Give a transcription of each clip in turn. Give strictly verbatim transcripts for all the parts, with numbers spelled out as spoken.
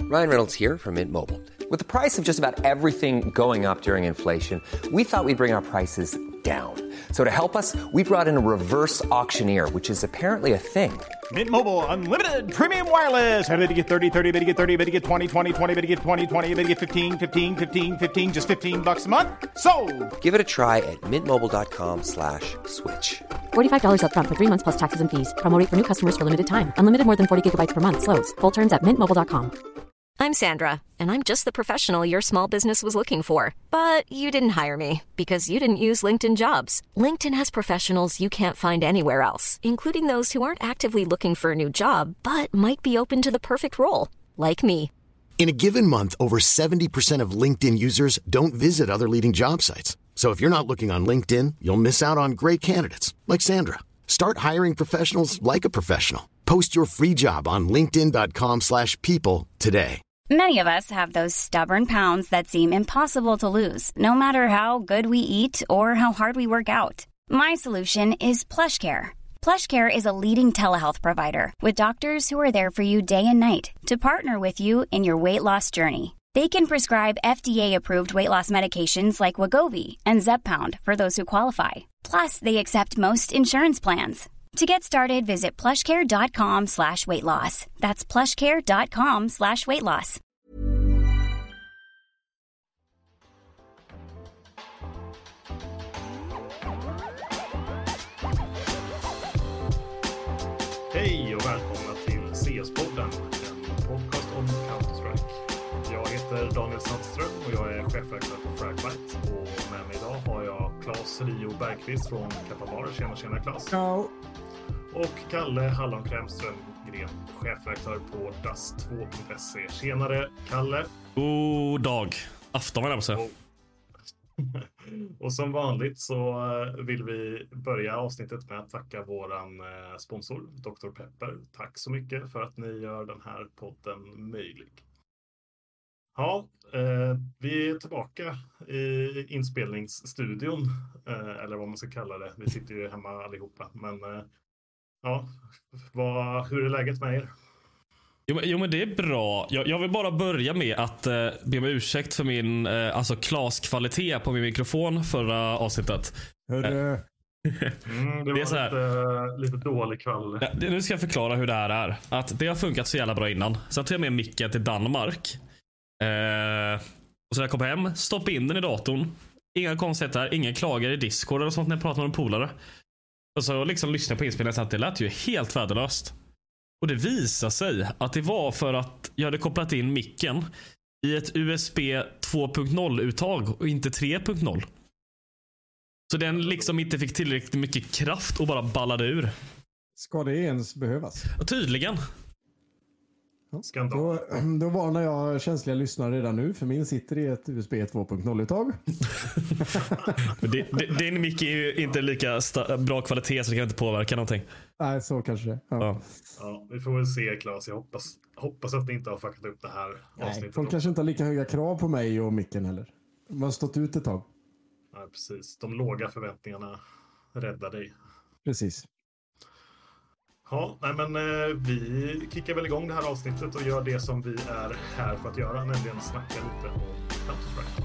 Ryan Reynolds here from Mint Mobile. With the price of just about everything going up during inflation, we thought we'd bring our prices down. So to help us, we brought in a reverse auctioneer, which is apparently a thing. Mint Mobile Unlimited Premium Wireless. How to get thirty, thirty, how to get thirty, how to get twenty, twenty, twenty, how to get twenty, twenty, how to get fifteen, fifteen, fifteen, fifteen, just fifteen bucks a month? Sold! Give it a try at mintmobile.com slash switch. forty-five dollars up front for three months plus taxes and fees. Promo rate for new customers for limited time. Unlimited more than forty gigabytes per month. Slows full terms at mint mobile dot com. I'm Sandra, and I'm just the professional your small business was looking for. But you didn't hire me because you didn't use LinkedIn Jobs. LinkedIn has professionals you can't find anywhere else, including those who aren't actively looking for a new job, but might be open to the perfect role, like me. In a given month, over seventy percent of LinkedIn users don't visit other leading job sites. So if you're not looking on LinkedIn, you'll miss out on great candidates like Sandra. Start hiring professionals like a professional. Post your free job on linkedin dot com slash people today. Many of us have those stubborn pounds that seem impossible to lose, no matter how good we eat or how hard we work out. My solution is PlushCare. PlushCare is a leading telehealth provider with doctors who are there for you day and night to partner with you in your weight loss journey. They can prescribe F D A-approved weight loss medications like Wegovy and Zepbound for those who qualify. Plus, they accept most insurance plans. To get started, visit plushcare.com slash weight loss. That's plushcare.com slash weight loss. Hej och välkomna till C S-podden, en podcast om Counter-Strike. Jag heter Daniel Sandström och jag är chefredaktör på Fragbite. Och med mig idag har jag Claes Rio Bergqvist från Kappabar. Tjena, tjena Claes. Ja. Och Kalle Hallon Krämström Gren, chefredaktör på das två punkt se. Tjenare Kalle. God dag. Afton var det på. Och, och som vanligt så vill vi börja avsnittet med att tacka våran sponsor doktor Pepper. Tack så mycket för att ni gör den här podden möjlig. Ja, eh, vi är tillbaka i inspelningsstudion, eh, eller vad man ska kalla det. Vi sitter ju hemma allihopa, men eh, ja, vad, hur är läget med er? Jo, jo men det är bra. Jag, jag vill bara börja med att eh, be om ursäkt för min eh, alltså klaskvalitet på min mikrofon förra avsnittet. Hörru. Mm, det, det är så här, lite, lite dålig kväll. Ja, det, nu ska jag förklara hur det här är. Att det har funkat så jävla bra innan. Sen tog jag med micken till Danmark. Eh, och så jag kom hem, stoppade in den i datorn. Inga konstigheter, ingen klagar i Discord eller sånt när jag pratar med en polare. Och så liksom lyssnade på inspelningen så att det lät ju helt värdelöst. Och det visade sig att det var för att jag hade kopplat in micken i ett U S B två punkt noll-uttag och inte tre punkt noll. Så den liksom inte fick tillräckligt mycket kraft och bara ballade ur. Ska det ens behövas? Och tydligen. Ja, då, då varnar jag känsliga lyssnare redan nu, för min sitter i ett U S B två punkt noll-uttag. det, det, din mick är ju inte lika sta- bra kvalitet så det kan inte påverka någonting. Nej, så kanske det. Ja. Ja. Ja, vi får väl se, Claes. Jag hoppas, hoppas att ni inte har fuckat upp det här avsnittet. Nej, folk kanske inte har lika höga krav på mig och micken heller. De har stått ut ett tag. Ja, precis. De låga förväntningarna räddar dig. Precis. Ja, nej men eh, vi kickar väl igång det här avsnittet och gör det som vi är här för att göra, nämligen snacka lite om Counter-Strike.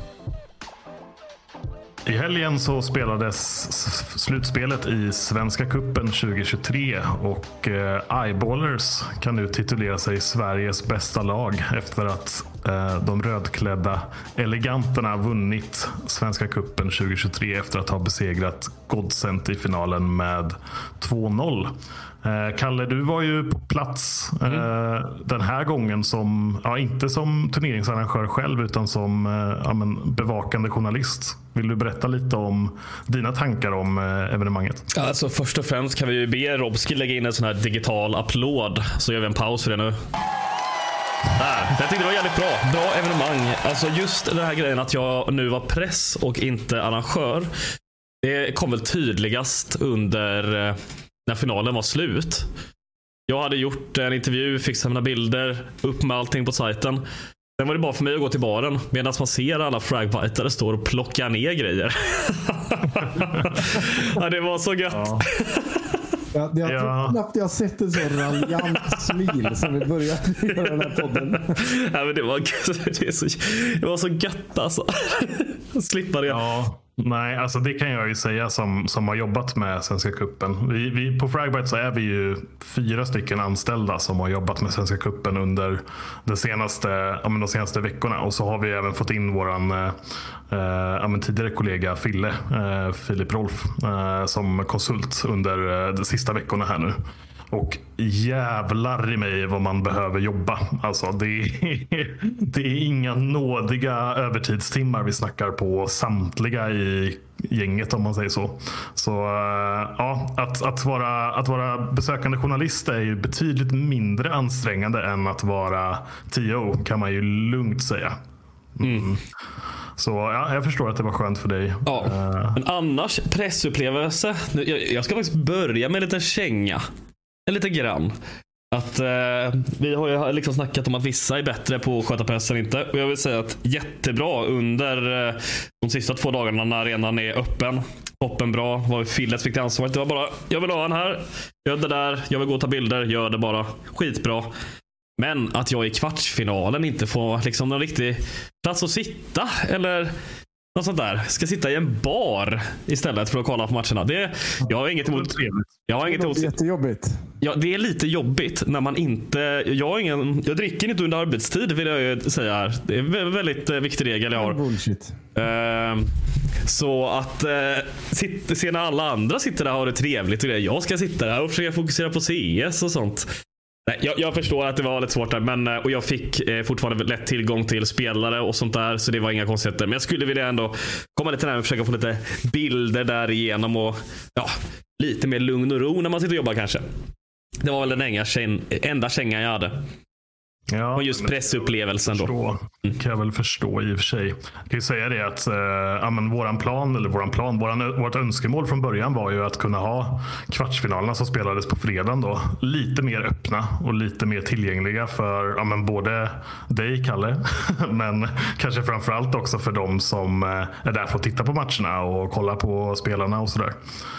I helgen så spelades slutspelet i Svenska Cupen tjugohundratjugotre och eh, Eyeballers kan nu titulera sig Sveriges bästa lag efter att eh, de rödklädda eleganterna vunnit Svenska Cupen tjugohundratjugotre efter att ha besegrat Godsent i finalen med två noll. Eh, Kalle, du var ju på plats eh, mm. den här gången som, ja, inte som turneringsarrangör själv utan som eh, ja, men, bevakande journalist. Vill du berätta lite om dina tankar om eh, evenemanget? Alltså först och främst kan vi ju be Robski lägga in en sån här digital applåd, så gör vi en paus för det nu. Där. Jag tyckte det var jävligt bra. Bra evenemang. Alltså just den här grejen att jag nu var press och inte arrangör. Det kom väl tydligast under eh, när finalen var slut. Jag hade gjort en intervju, fixat mina bilder, upp med allting på sajten. Sen var det bara för mig att gå till baren medan man ser alla fragbitare står och plockar ner grejer. Ja, det var så gött. Ja. Ja, jag Ja. tror knappt jag har sett en sån raljant smil som vi började göra den här podden. Ja, men det, var, det, är så, det var så gött alltså. Slippa det. Ja, nej, alltså det kan jag ju säga som, som har jobbat med Svenska Cupen. Vi, vi, på Fragbite så är vi ju fyra stycken anställda som har jobbat med Svenska Cupen under de senaste, ja, men de senaste veckorna. Och så har vi även fått in våran eh, ja, men tidigare kollega Fille, eh, Filip Rolf, eh, som konsult under eh, de sista veckorna här nu. Och jävlar i mig vad man behöver jobba. Alltså det är, det är inga nådiga övertidstimmar vi snackar på samtliga i gänget, om man säger så. Så ja, att, att, vara, att vara besökande journalist är ju betydligt mindre ansträngande än att vara T O, kan man ju lugnt säga. Mm. Mm. Så ja, jag förstår att det var skönt för dig. Ja, men annars pressupplevelse. Jag, jag ska faktiskt börja med en liten känga. En liten grann. Att eh, vi har ju liksom snackat om att vissa är bättre på att sköta press än inte. Och jag vill säga att jättebra under eh, de sista två dagarna när arenan är öppen. Toppen bra. Var Fillet fick det ansvaret. Det var bara, jag vill ha den här. Gör det där. Jag vill gå och ta bilder. Gör det bara. Skitbra. Men att jag i kvartsfinalen inte får liksom någon riktig plats att sitta. Eller något sånt där. Ska sitta i en bar istället för att kolla på matcherna. Det, jag har inget emot. Jag har inget emot. Det är jättejobbigt. Ja, det är lite jobbigt när man inte. Jag har ingen. Jag dricker inte under arbetstid, vill jag ju säga här. Det är en väldigt viktig regel jag har. Bullshit. Uh, så att uh, sitta, se när alla andra sitter där och har det trevligt och det. Jag ska sitta där och försöka fokusera på C S och sånt. Nej, jag, jag förstår att det var lite svårt där, men, och jag fick eh, fortfarande lätt tillgång till spelare och sånt där, så det var inga konstigheter. Men jag skulle vilja ändå komma lite närmare och försöka få lite bilder där igenom och ja, lite mer lugn och ro när man sitter och jobbar kanske. Det var väl den enda, käng, enda kängan jag hade. Ja, och just pressupplevelsen då. Mm. Kan jag väl förstå i och för sig. Jag kan ju säga det att äh, ja, men våran plan, eller våran plan, våran, vårt önskemål från början var ju att kunna ha kvartsfinalerna som spelades på fredagen då lite mer öppna och lite mer tillgängliga för ja, men både dig, Kalle, men kanske framförallt också för de som är där för att titta på matcherna och kolla på spelarna och sådär.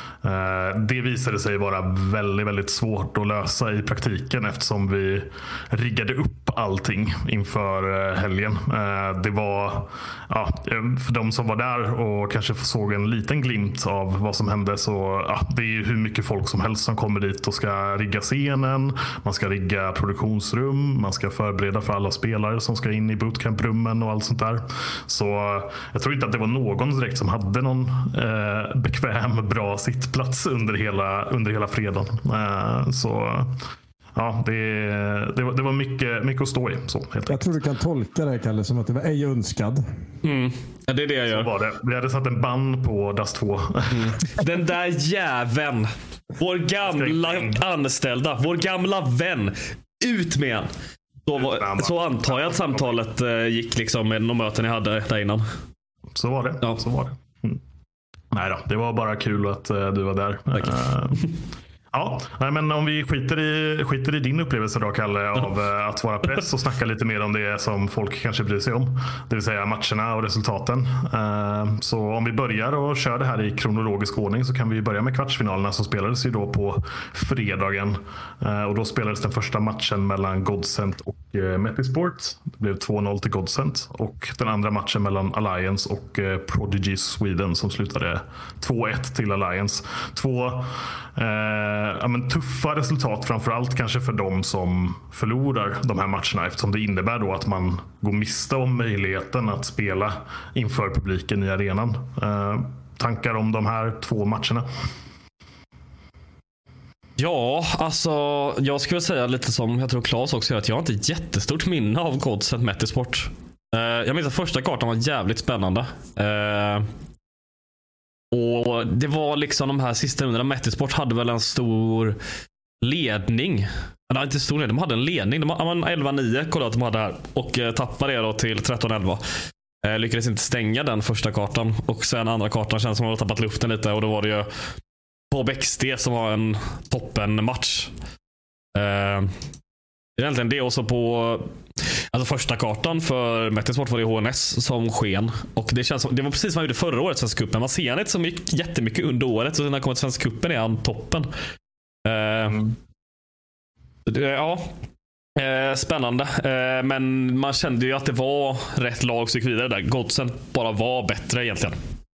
Det visade sig vara väldigt, väldigt svårt att lösa i praktiken eftersom vi riggade upp allting inför helgen. Det var, ja, för de som var där och kanske såg en liten glimt av vad som hände, så ja, det är hur mycket folk som helst som kommer dit och ska rigga scenen, man ska rigga produktionsrum, man ska förbereda för alla spelare som ska in i bootcamprummen och allt sånt där. Så jag tror inte att det var någon direkt som hade någon eh, bekväm, bra sittplats under hela, under hela fredagen. Uh, så ja, det, det, var, det var mycket, mycket att stå i. Så, helt jag enkelt. tror du kan tolka det, Kalle, som att det var ej önskad. Mm. Ja, det är det jag gör. Så var det. Vi hade satt en band på D A S två. Mm. Den där jäveln. Vår gamla anställda. Vår gamla vän. Ut med han. Så, var, så antar jag att samtalet uh, gick liksom med de möten jag hade där innan. Så var det. Ja. Så var det. Mm. Nej då, det var bara kul att uh, du var där. Uh, ja, nej, men om vi skiter i, skiter i din upplevelse då, Kalle, av uh, att vara press och snacka lite mer om det som folk kanske bryr sig om. Det vill säga matcherna och resultaten. Uh, så om vi börjar och kör det här i kronologisk ordning, så kan vi börja med kvartsfinalerna som spelades ju då på fredagen. Uh, och då spelades den första matchen mellan Godsent och uh, Metisport. Det blev två noll till Godsent. Och den andra matchen mellan Alliance och uh, Prodigy Sweden som slutade två ett till Alliance. Två uh, ja, men tuffa resultat, framförallt kanske för de som förlorar de här matcherna, eftersom det innebär då att man går miste om möjligheten att spela inför publiken i arenan. Uh, tankar om de här två matcherna? Ja, alltså jag skulle säga lite som jag tror Claes också gör, att jag har inte ett jättestort minne av Godsent Metisport. Uh, jag minns att första kartan var jävligt spännande. Uh, och det var liksom de här sista rundarna. Metisport hade väl en stor ledning. Nej, inte stor ledning, de hade en ledning. De hade elva nio, kollade att de hade här. Och uh, tappade det då till tretton elva. Uh, lyckades inte stänga den första kartan. Och sen andra kartan känns som att de hade tappat luften lite. Och då var det ju Bob X D som var en toppen match. Uh, egentligen det också på alltså första kartan för Metisport var det H N S som sken. Och det känns som, det var precis som man gjorde förra året Svenska Cupen. Man ser han inte så mycket, jättemycket under året, så när han kommer till Svenska Cupen är han toppen. Eh, Mm. Ja, eh, spännande. Eh, men man kände ju att det var rätt lag som gick vidare där. Godsen bara var bättre egentligen.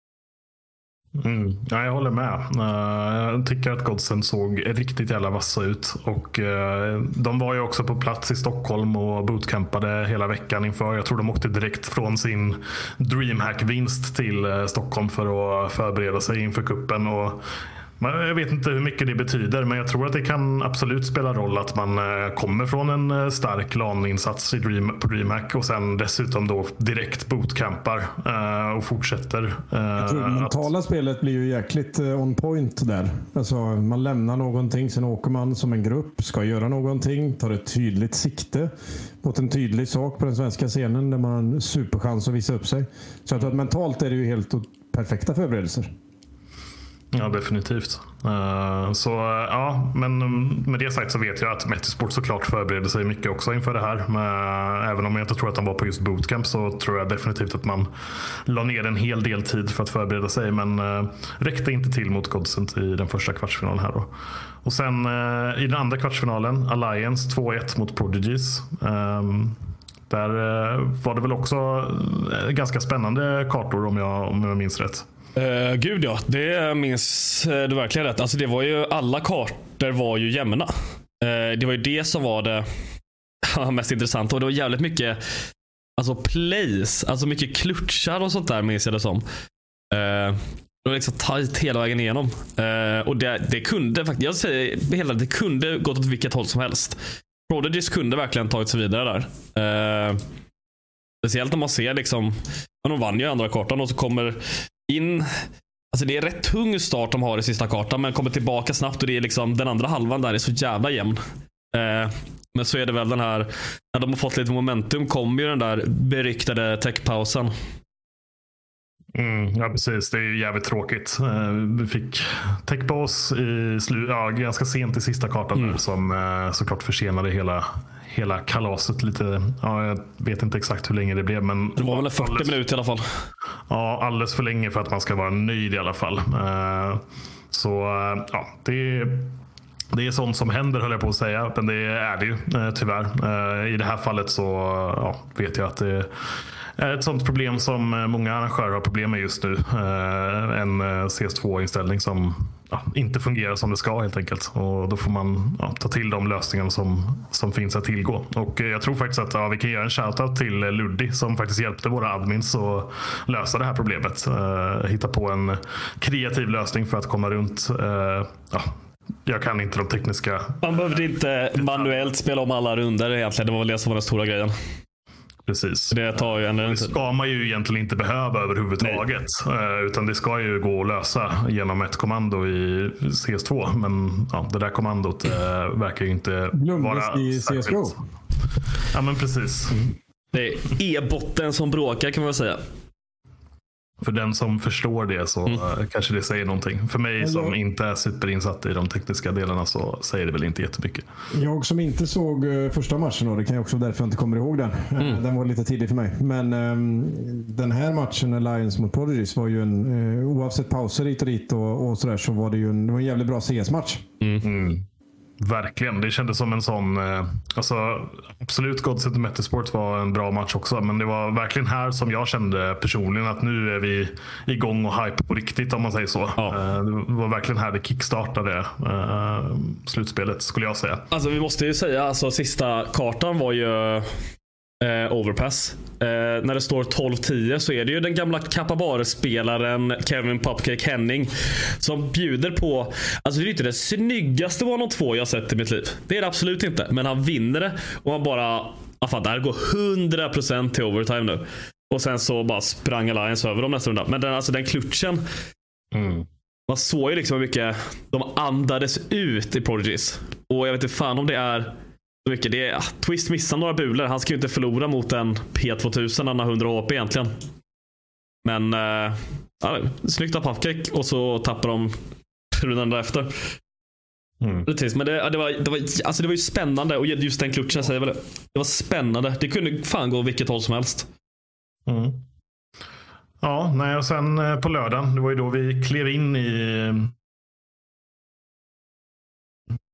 Mm. Ja, jag håller med. Uh, jag tycker att Godsen såg riktigt jävla vassa ut. Och uh, de var ju också på plats i Stockholm och bootcampade hela veckan inför. Jag tror de åkte direkt från sin DreamHack-vinst till uh, Stockholm för att förbereda sig inför kuppen. Och jag vet inte hur mycket det betyder, men jag tror att det kan absolut spela roll att man kommer från en stark LAN-insats i Dream, på DreamHack och sen dessutom då direkt bootcampar uh, och fortsätter. Uh, jag tror det mentala att... spelet blir ju jäkligt on point där. Alltså, man lämnar någonting, sen åker man som en grupp, ska göra någonting, tar ett tydligt sikte mot en tydlig sak på den svenska scenen där man har en superchans att visa upp sig. Så jag tror att mentalt är det ju helt perfekta förberedelser. Ja, definitivt. Uh, så ja, men med det sagt så vet jag att Metisport såklart förbereder sig mycket också inför det här. Men, även om jag inte tror att de var på just bootcamp så tror jag definitivt att man la ner en hel del tid för att förbereda sig. Men uh, räckte inte till mot Godsent i den första kvartsfinalen här då. Och sen uh, i den andra kvartsfinalen, Alliance två ett mot Prodigies. Um, där uh, var det väl också uh, ganska spännande kartor om jag, om jag minns rätt. Uh, gud ja, det minns uh, du verkligen rätt. Alltså det var ju, alla kartor var ju jämna. Uh, det var ju det som var det mest intressanta. Och det var jävligt mycket alltså plays, alltså mycket klutchar och sånt där minns jag det som. Uh, det var liksom tajt hela vägen igenom. Uh, och det, det kunde faktiskt, jag säger hela det kunde gått åt vilket håll som helst. Prodigies kunde verkligen tagit sig vidare där. Uh, speciellt när man ser liksom, de vann ju andra kartan och så kommer in, alltså det är rätt tung start de har i sista kartan, men kommer tillbaka snabbt och det är liksom den andra halvan där är så jävla jämn. Eh, men så är det väl den här, när de har fått lite momentum kommer ju den där beryktade techpausen. Mm, ja precis, det är ju jävligt tråkigt. Vi fick techpaus i slu- ja, ganska sent i sista kartan mm. som såklart försenade hela hela kalaset lite. Ja, jag vet inte exakt hur länge det blev, men det var väl fyrtio alldeles, minuter i alla fall. Ja, alldeles för länge för att man ska vara nöjd i alla fall. Så ja, det det är sånt som händer, höll jag på att säga, men det är det ju tyvärr. I det här fallet så ja, vet jag att det är ett sånt problem som många arrangörer har problem med just nu. En C S två-inställning som ja, inte fungerar som det ska helt enkelt. Och då får man ja, ta till de lösningarna som, som finns att tillgå. Och jag tror faktiskt att ja, vi kan göra en shoutout till Luddi som faktiskt hjälpte våra admins att lösa det här problemet. Uh, hitta på en kreativ lösning för att komma runt. Uh, ja, jag kan inte de tekniska. Man behövde inte manuellt spela om alla runder egentligen. Det var väl det som var den stora grejen. Precis. Det tar ju en det ska man ju egentligen inte behöva överhuvudtaget. Nej. Utan det ska ju gå att lösa genom ett kommando i C S två. Men ja, det där kommandot äh, verkar ju inte Glömdes vara i C S G O. Ja men precis. Det är e-botten som bråkar kan man säga. För den som förstår det så mm. kanske det säger någonting. För mig som jag, inte är superinsatt i de tekniska delarna så säger det väl inte jättemycket. Jag som inte såg första matchen, och det kan jag också därför jag inte kommer ihåg den. Mm. Den var lite tidig för mig. Men um, den här matchen, Alliance mot Prodigies, var ju en, uh, oavsett pauser hit och dit och, och sådär, så var det ju en, det var en jävligt bra C S-match. Mm. Mm. Verkligen, det kändes som en sån eh, alltså, absolut Godsent och Metisport var en bra match också, men det var verkligen här som jag kände personligen att nu är vi igång och hype på riktigt om man säger så. Ja. eh, det var verkligen här det kickstartade eh, slutspelet skulle jag säga. Alltså vi måste ju säga, alltså sista kartan var ju eh, overpass. Eh, när det står tolv tio så är det ju den gamla Kapabare-spelaren Kevin Popcake Henning som bjuder på, alltså det är inte det snyggaste av de två jag sett i mitt liv. Det är det absolut inte, men han vinner det och han bara, ah fan, det här går hundra procent till overtime nu. Och sen så bara sprang Alliance över dem nästa runda. Men den, alltså den klutchen mm. man såg ju liksom hur mycket de andades ut i Prodigies. Och jag vet inte fan om det är så mycket. Det är, ah, Twist missar några bulor. Han ska ju inte förlora mot en P tvåtusen. Han har hundra H P egentligen. Men eh, ja, snyggt av Puffcake. Och så tappar de rundan därefter. Mm. Det men det, det, var, det, var, alltså det var ju spännande. Och just den klutchen, jag säger väl det. Det var spännande. Det kunde fan gå vilket håll som helst. Mm. Ja, nej, och sen på lördagen, det var ju då vi klev in i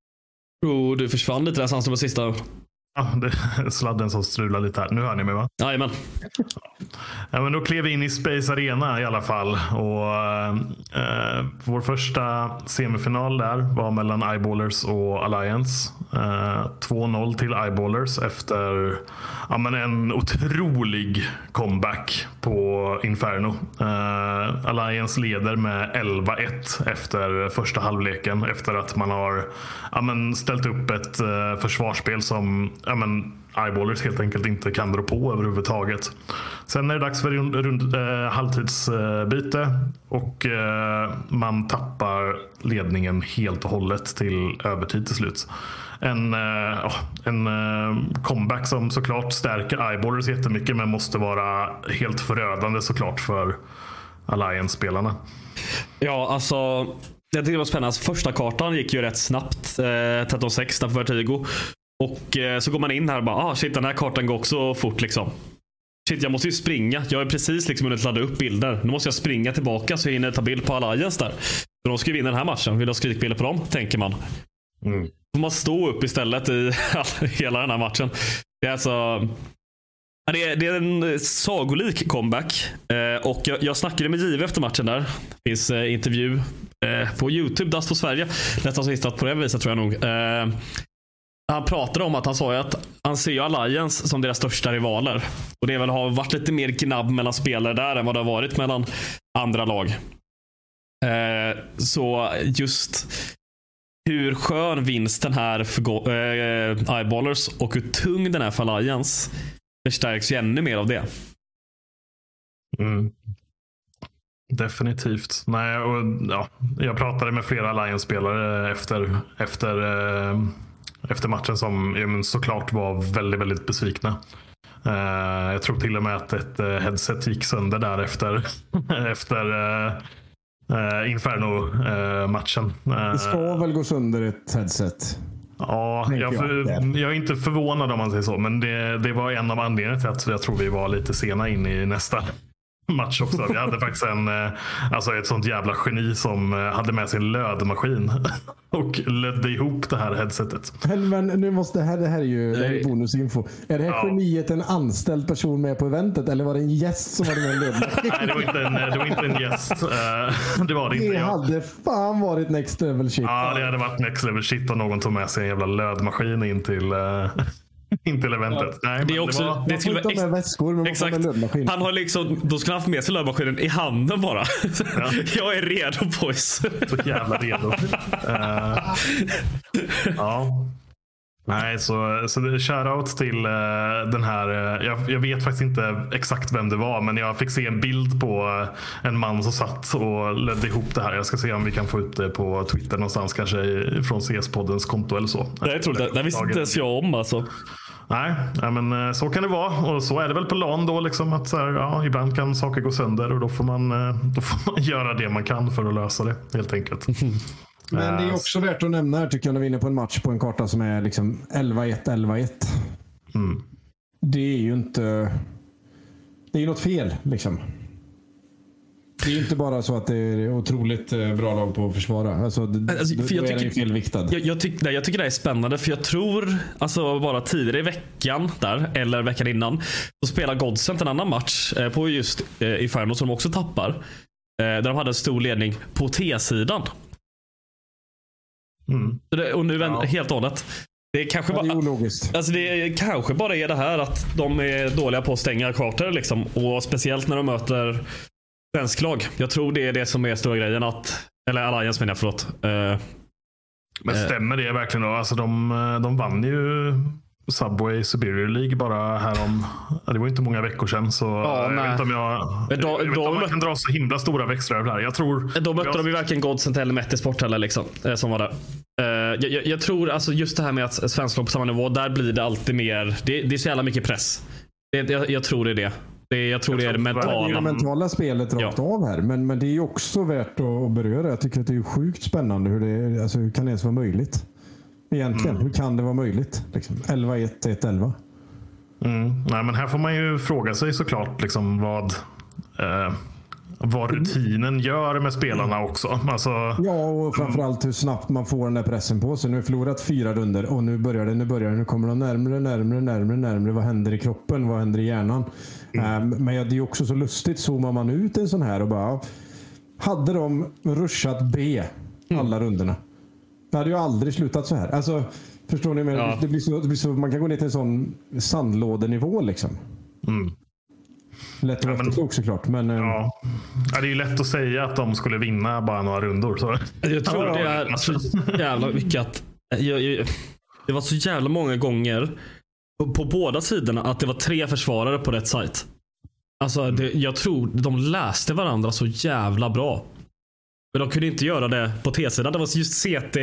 Oh, du försvann lite där Sandström på sista. Ja, det är sladden som strular lite här. Nu hör ni mig, va? Jajamän. Ja, men då klev vi in i Space Arena i alla fall. Och eh, vår första semifinal där var mellan Eyeballers och Alliance. Eh, två noll till Eyeballers efter ja, men en otrolig comeback på Inferno. Eh, Alliance leder med elva ett efter första halvleken. Efter att man har ja, men ställt upp ett eh, försvarsspel som ja, men Eyeballers helt enkelt inte kan dra på överhuvudtaget. Sen är det dags för rund, rund, eh, halvtidsbyte och eh, man tappar ledningen helt och hållet till övertid till slut. En, eh, en eh, comeback som såklart stärker Eyeballers jättemycket men måste vara helt förödande såklart för Alliance-spelarna. Ja, alltså jag tycker det var spännande. Första kartan gick ju rätt snabbt. Eh, tretton sex där på Vertigo. Och eh, så går man in här och bara, ah shit, den här kartan går också fort liksom. Shit, jag måste ju springa. Jag är precis liksom hunnit ladda upp bilder. Nu måste jag springa tillbaka så jag hinner ta bild på Alliance där. Så de ska vinna den här matchen. Vill ha skrikbilder på dem, tänker man. Mm. Får man stå upp istället i hela den här matchen. Det är alltså... Det är, det är en sagolik comeback. Eh, och jag, jag snackade med Jive efter matchen där. Det finns eh, intervju eh, på YouTube, Dust på Sverige. Nästan så hittat på det viset tror jag nog. Eh, Han pratade om att han sa att han ser ju Alliance som deras största rivaler. Och det är väl har varit lite mer gnabb mellan spelare där än vad det har varit mellan andra lag. Eh, så just hur skön vinsten här för eh, Eyeballers och hur tung den är för Alliance förstärks ju ännu mer av det. Mm. Definitivt. Nej, och, ja, jag pratade med flera Alliance-spelare efter efter eh, efter matchen som ja, såklart var väldigt, väldigt besvikna. Uh, jag tror till och med att ett uh, headset gick sönder där efter, efter uh, uh, Inferno-matchen. Uh, det ska väl gå sönder ett headset? Ja, jag, jag, jag är inte förvånad om man säger så, men det, det var en av anledningarna till att jag tror vi var lite sena in i nästa match också. Vi hade faktiskt en, alltså ett sånt jävla geni som hade med sin lödmaskin och lödde ihop det här headsetet. Men nu måste det här, det här är ju det här är bonusinfo. Är det här ja. geniet en anställd person med på eventet eller var det en gäst som hade med en lödmaskin? Nej, det var inte en, det var inte en gäst. Det var det inte. Det hade fan varit next level shit. Ja, det hade varit next level shit om någon tog med sig en jävla lödmaskin in till... Inte till eventet. Nej, det är också det, var... det skulle vara ex- med väskor, men exakt. Han har liksom då skulle han få med sig lödmaskinen i handen bara. Ja. Jag är redo, boys. Så jävla redo. uh, ja. Nej, så, så det är shoutout till uh, den här uh, jag, jag vet faktiskt inte exakt vem det var, men jag fick se en bild på uh, en man som satt och ledde ihop det här. Jag ska se om vi kan få ut det på Twitter någonstans, kanske från C S-poddens konto eller så. Det är troligt, det visste inte ens jag om alltså. Nej, ja, men så kan det vara. Och så är det väl på LAN då liksom, att så här, ja, ibland kan saker gå sönder och då får, man, då får man göra det man kan för att lösa det, helt enkelt. Men det är också värt att nämna här, tycker jag, när vi är inne på en match på en karta som är liksom elva ett elva ett. Mm. Det är ju inte... Det är ju något fel, liksom. Det är ju inte bara så att det är otroligt bra lag på att försvara. Alltså, det, alltså, för jag är tycker, felviktad. Jag, jag, tyck, nej, jag tycker det är spännande, för jag tror alltså bara tidigare i veckan där, eller veckan innan, så spelar Godsent en annan match eh, på just eh, Inferno som de också tappar. Eh, där de hade en stor ledning på T-sidan. Mm. Det, och nu ja. helt och hållet. Det är kanske ja, det är bara, alltså det är, kanske bara är det här att de är dåliga på att stänga kartor liksom, och speciellt när de möter svensk lag. Jag tror det är det som är stora grejen, att eller Alliance menar jag, förlåt. Uh, Men stämmer det verkligen då? Alltså de, de vann ju Subway Superior League bara här om, det var inte många veckor sedan, så ja, jag vet inte om jag, jag, då, jag vet då, om man kan dra så himla stora växlar här. Jag tror då mötte jag... de ju varken Godsent eller Metisport heller liksom, som var där. Uh, jag, jag tror alltså just det här med att svenska lag på samma nivå, där blir det alltid mer, det, det är så jävla mycket press. Det, jag, jag tror det är det. Det, jag tror jag det är det mentala. Det är det mentala spelet rakt ja. av här. Men, men det är ju också värt att beröra. Jag tycker att det är sjukt spännande. Hur, det, alltså, hur kan det ens vara möjligt? Egentligen, mm. hur kan det vara möjligt? Liksom, elva ett ett elva. Mm. Nej, men här får man ju fråga sig såklart liksom vad... Eh, vad rutinen gör med spelarna också. Alltså... Ja, och framförallt hur snabbt man får den där pressen på sig. Nu har vi förlorat fyra runder och nu börjar det, nu börjar det, nu kommer de närmare, närmare, närmare, närmare. Vad händer i kroppen? Vad händer i hjärnan? Mm. Um, men det är ju också så lustigt, zoomar man ut en sån här och bara, hade de rushat B alla mm. rundorna? Det hade ju aldrig slutat så här. Alltså, förstår ni? Men ja. det, blir så, det blir så, man kan gå ner till en sån sandlådenivå liksom. Mm. Lätt att vara ja, klok såklart. Men, ja. Ja, det är ju lätt att säga att de skulle vinna bara några rundor. Så. Jag tror ja, det är så jävla mycket att jag, jag, det var så jävla många gånger på, på båda sidorna att det var tre försvarare på rätt sajt. Alltså det, jag tror de läste varandra så jävla bra. Men de kunde inte göra det på T-sidan. Det var just C T.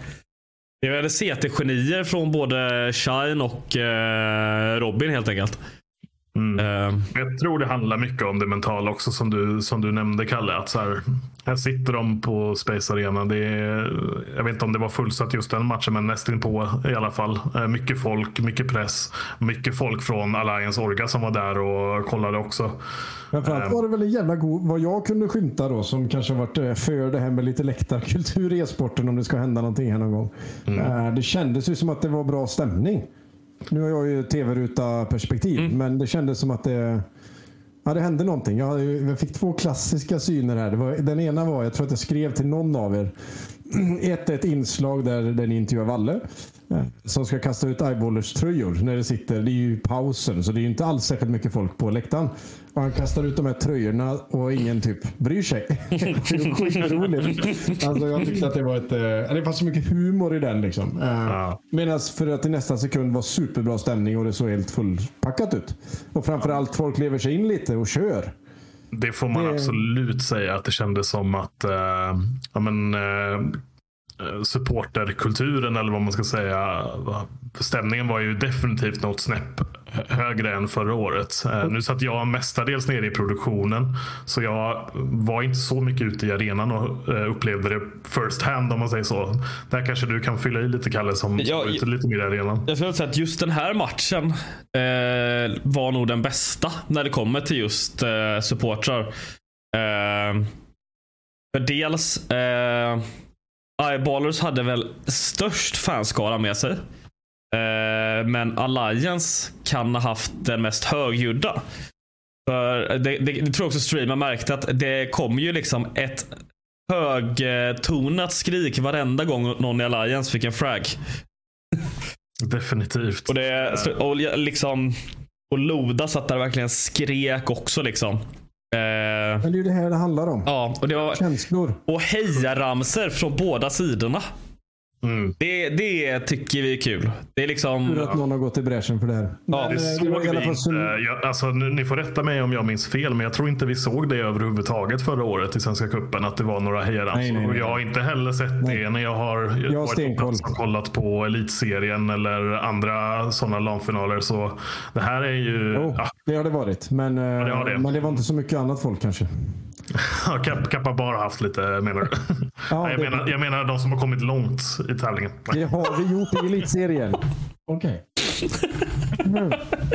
Det var C T-genier från både Shine och eh, Robin helt enkelt. Mm. Uh, jag tror det handlar mycket om det mentala också, som du, som du nämnde, Kalle, att så här, här sitter de på Space Arena. Det är, jag vet inte om det var fullsatt just den matchen, men nästan på i alla fall. Uh, mycket folk, mycket press, mycket folk från Alliance Orga som var där och kollade också. Framförallt var det väl en jävla god, vad jag kunde skymta då, som kanske har varit för det här med lite läktarkultur i e-sporten, om det ska hända någonting här någon gång. Mm. Uh, det kändes ju som att det var bra stämning. Nu har jag ju tv-ruta perspektiv, mm. men det kändes som att det, ja, det hände någonting. Jag, jag fick två klassiska syner här. Det var, den ena var, jag tror att jag skrev till någon av er, ett, ett inslag där den intervjuar Valle som ska kasta ut Eyeballers tröjor när det sitter, det är ju pausen, så det är ju inte alls särskilt mycket folk på läktaren. Och han kastar ut de här tröjorna och ingen typ bryr sig. Det är skitroligt. Alltså jag tyckte att det var ett, det fanns så mycket humor i den liksom. Ja. Medan för att i nästa sekund var superbra stämning och det såg helt fullpackat ut. Och framförallt folk lever sig in lite och kör. Det får man det... absolut säga, att det kändes som att äh, ja men äh, supporterkulturen, eller vad man ska säga, stämningen var ju definitivt något snäpp högre än förra året. Mm. Nu satt jag mestadels nere i produktionen, så jag var inte så mycket ute i arenan och upplevde det first hand, om man säger så. Där kanske du kan fylla i lite, Kalle, som ja, ute lite mer i arenan. Jag skulle säga att just den här matchen eh, var nog den bästa när det kommer till just eh, supportrar. Eh, för dels eh, Eyeballers hade väl störst fanskara med sig. Eh, men Alliance kan ha haft den mest högljudda. För det, det, det tror jag också streamen märkte, att det kommer ju liksom ett högtonat skrik varenda gång någon i Alliance fick en frag. Definitivt. Och det och liksom och Loda satt där verkligen skrek också liksom. Men det är ju det här det handlar om. Ja, och det var känslor. Och hejaramser från båda sidorna. Mm. Det, det tycker vi är kul. Det är liksom hur att någon har gått i bräschen för det här. Ja, det såg det vi inte. Som... Jag, alltså, ni får rätta mig om jag minns fel, men jag tror inte vi såg det överhuvudtaget förra året i Svenska cupen, att det var några hejaramsor. Och jag har inte heller sett nej. det när jag har jag varit på och kollat på Elitserien eller andra sådana LAN-finaler. Så det här är ju... Jo, ja. Det har det varit. Men, ja, det har det. men det var inte så mycket annat folk kanske. Kappa Kap bara haft lite, menar du? Ja, jag, menar, jag menar de som har kommit långt i tävlingen. Det har vi gjort i Elitserien. Okej. Okay. Mm.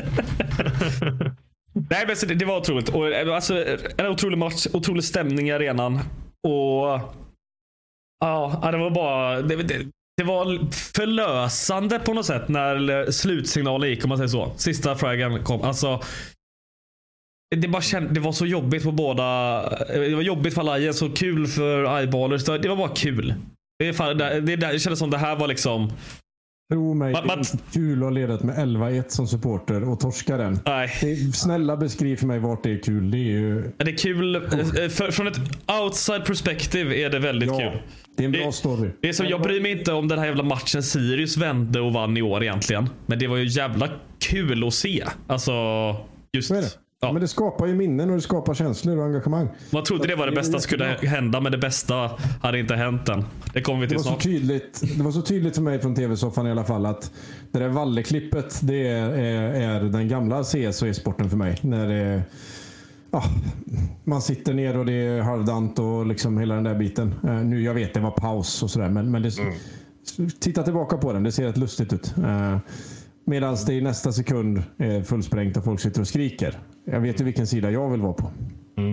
Nej, men det, det var otroligt. Och, alltså, en otrolig match, otrolig stämning i arenan. Och ja, det var bara det, det, det var förlösande på något sätt när slutsignalen gick, om man säger så. Sista fragen kom. Alltså Det, bara känd, det var så jobbigt på båda. Det var jobbigt för alla, så kul för Eyeballers. Det var bara kul. Det, fan, det, det, det kändes som det här var liksom... Tro mig, det är inte kul att ha ledat med elva ett som supporter och torska den. Nej. Det, snälla beskriv för mig vart det är kul. Det är ju... Det är kul. För, från ett outside perspective är det väldigt ja, kul. Det är en bra det, story. Det är som, jag bryr mig inte om den här jävla matchen Sirius vände och vann i år egentligen. Men det var ju jävla kul att se. Alltså, just... Ja. Men det skapar ju minnen och det skapar känslor och engagemang. Man trodde det var det bästa skulle hända, men det bästa hade inte hänt än. Det kommer vi till det var snart. Så tydligt, det var så tydligt för mig från tv-soffan i alla fall att det där Valle-klippet, det är, är, är den gamla C S och e-sporten för mig. När det, ja, man sitter ner och det är halvdant och liksom hela den där biten. Uh, nu jag vet det var paus och sådär, men, men det, mm. titta tillbaka på den, det ser rätt lustigt ut. Uh, Medan det i nästa sekund är fullsprängt och folk sitter och skriker. Jag vet ju vilken sida jag vill vara på. Mm.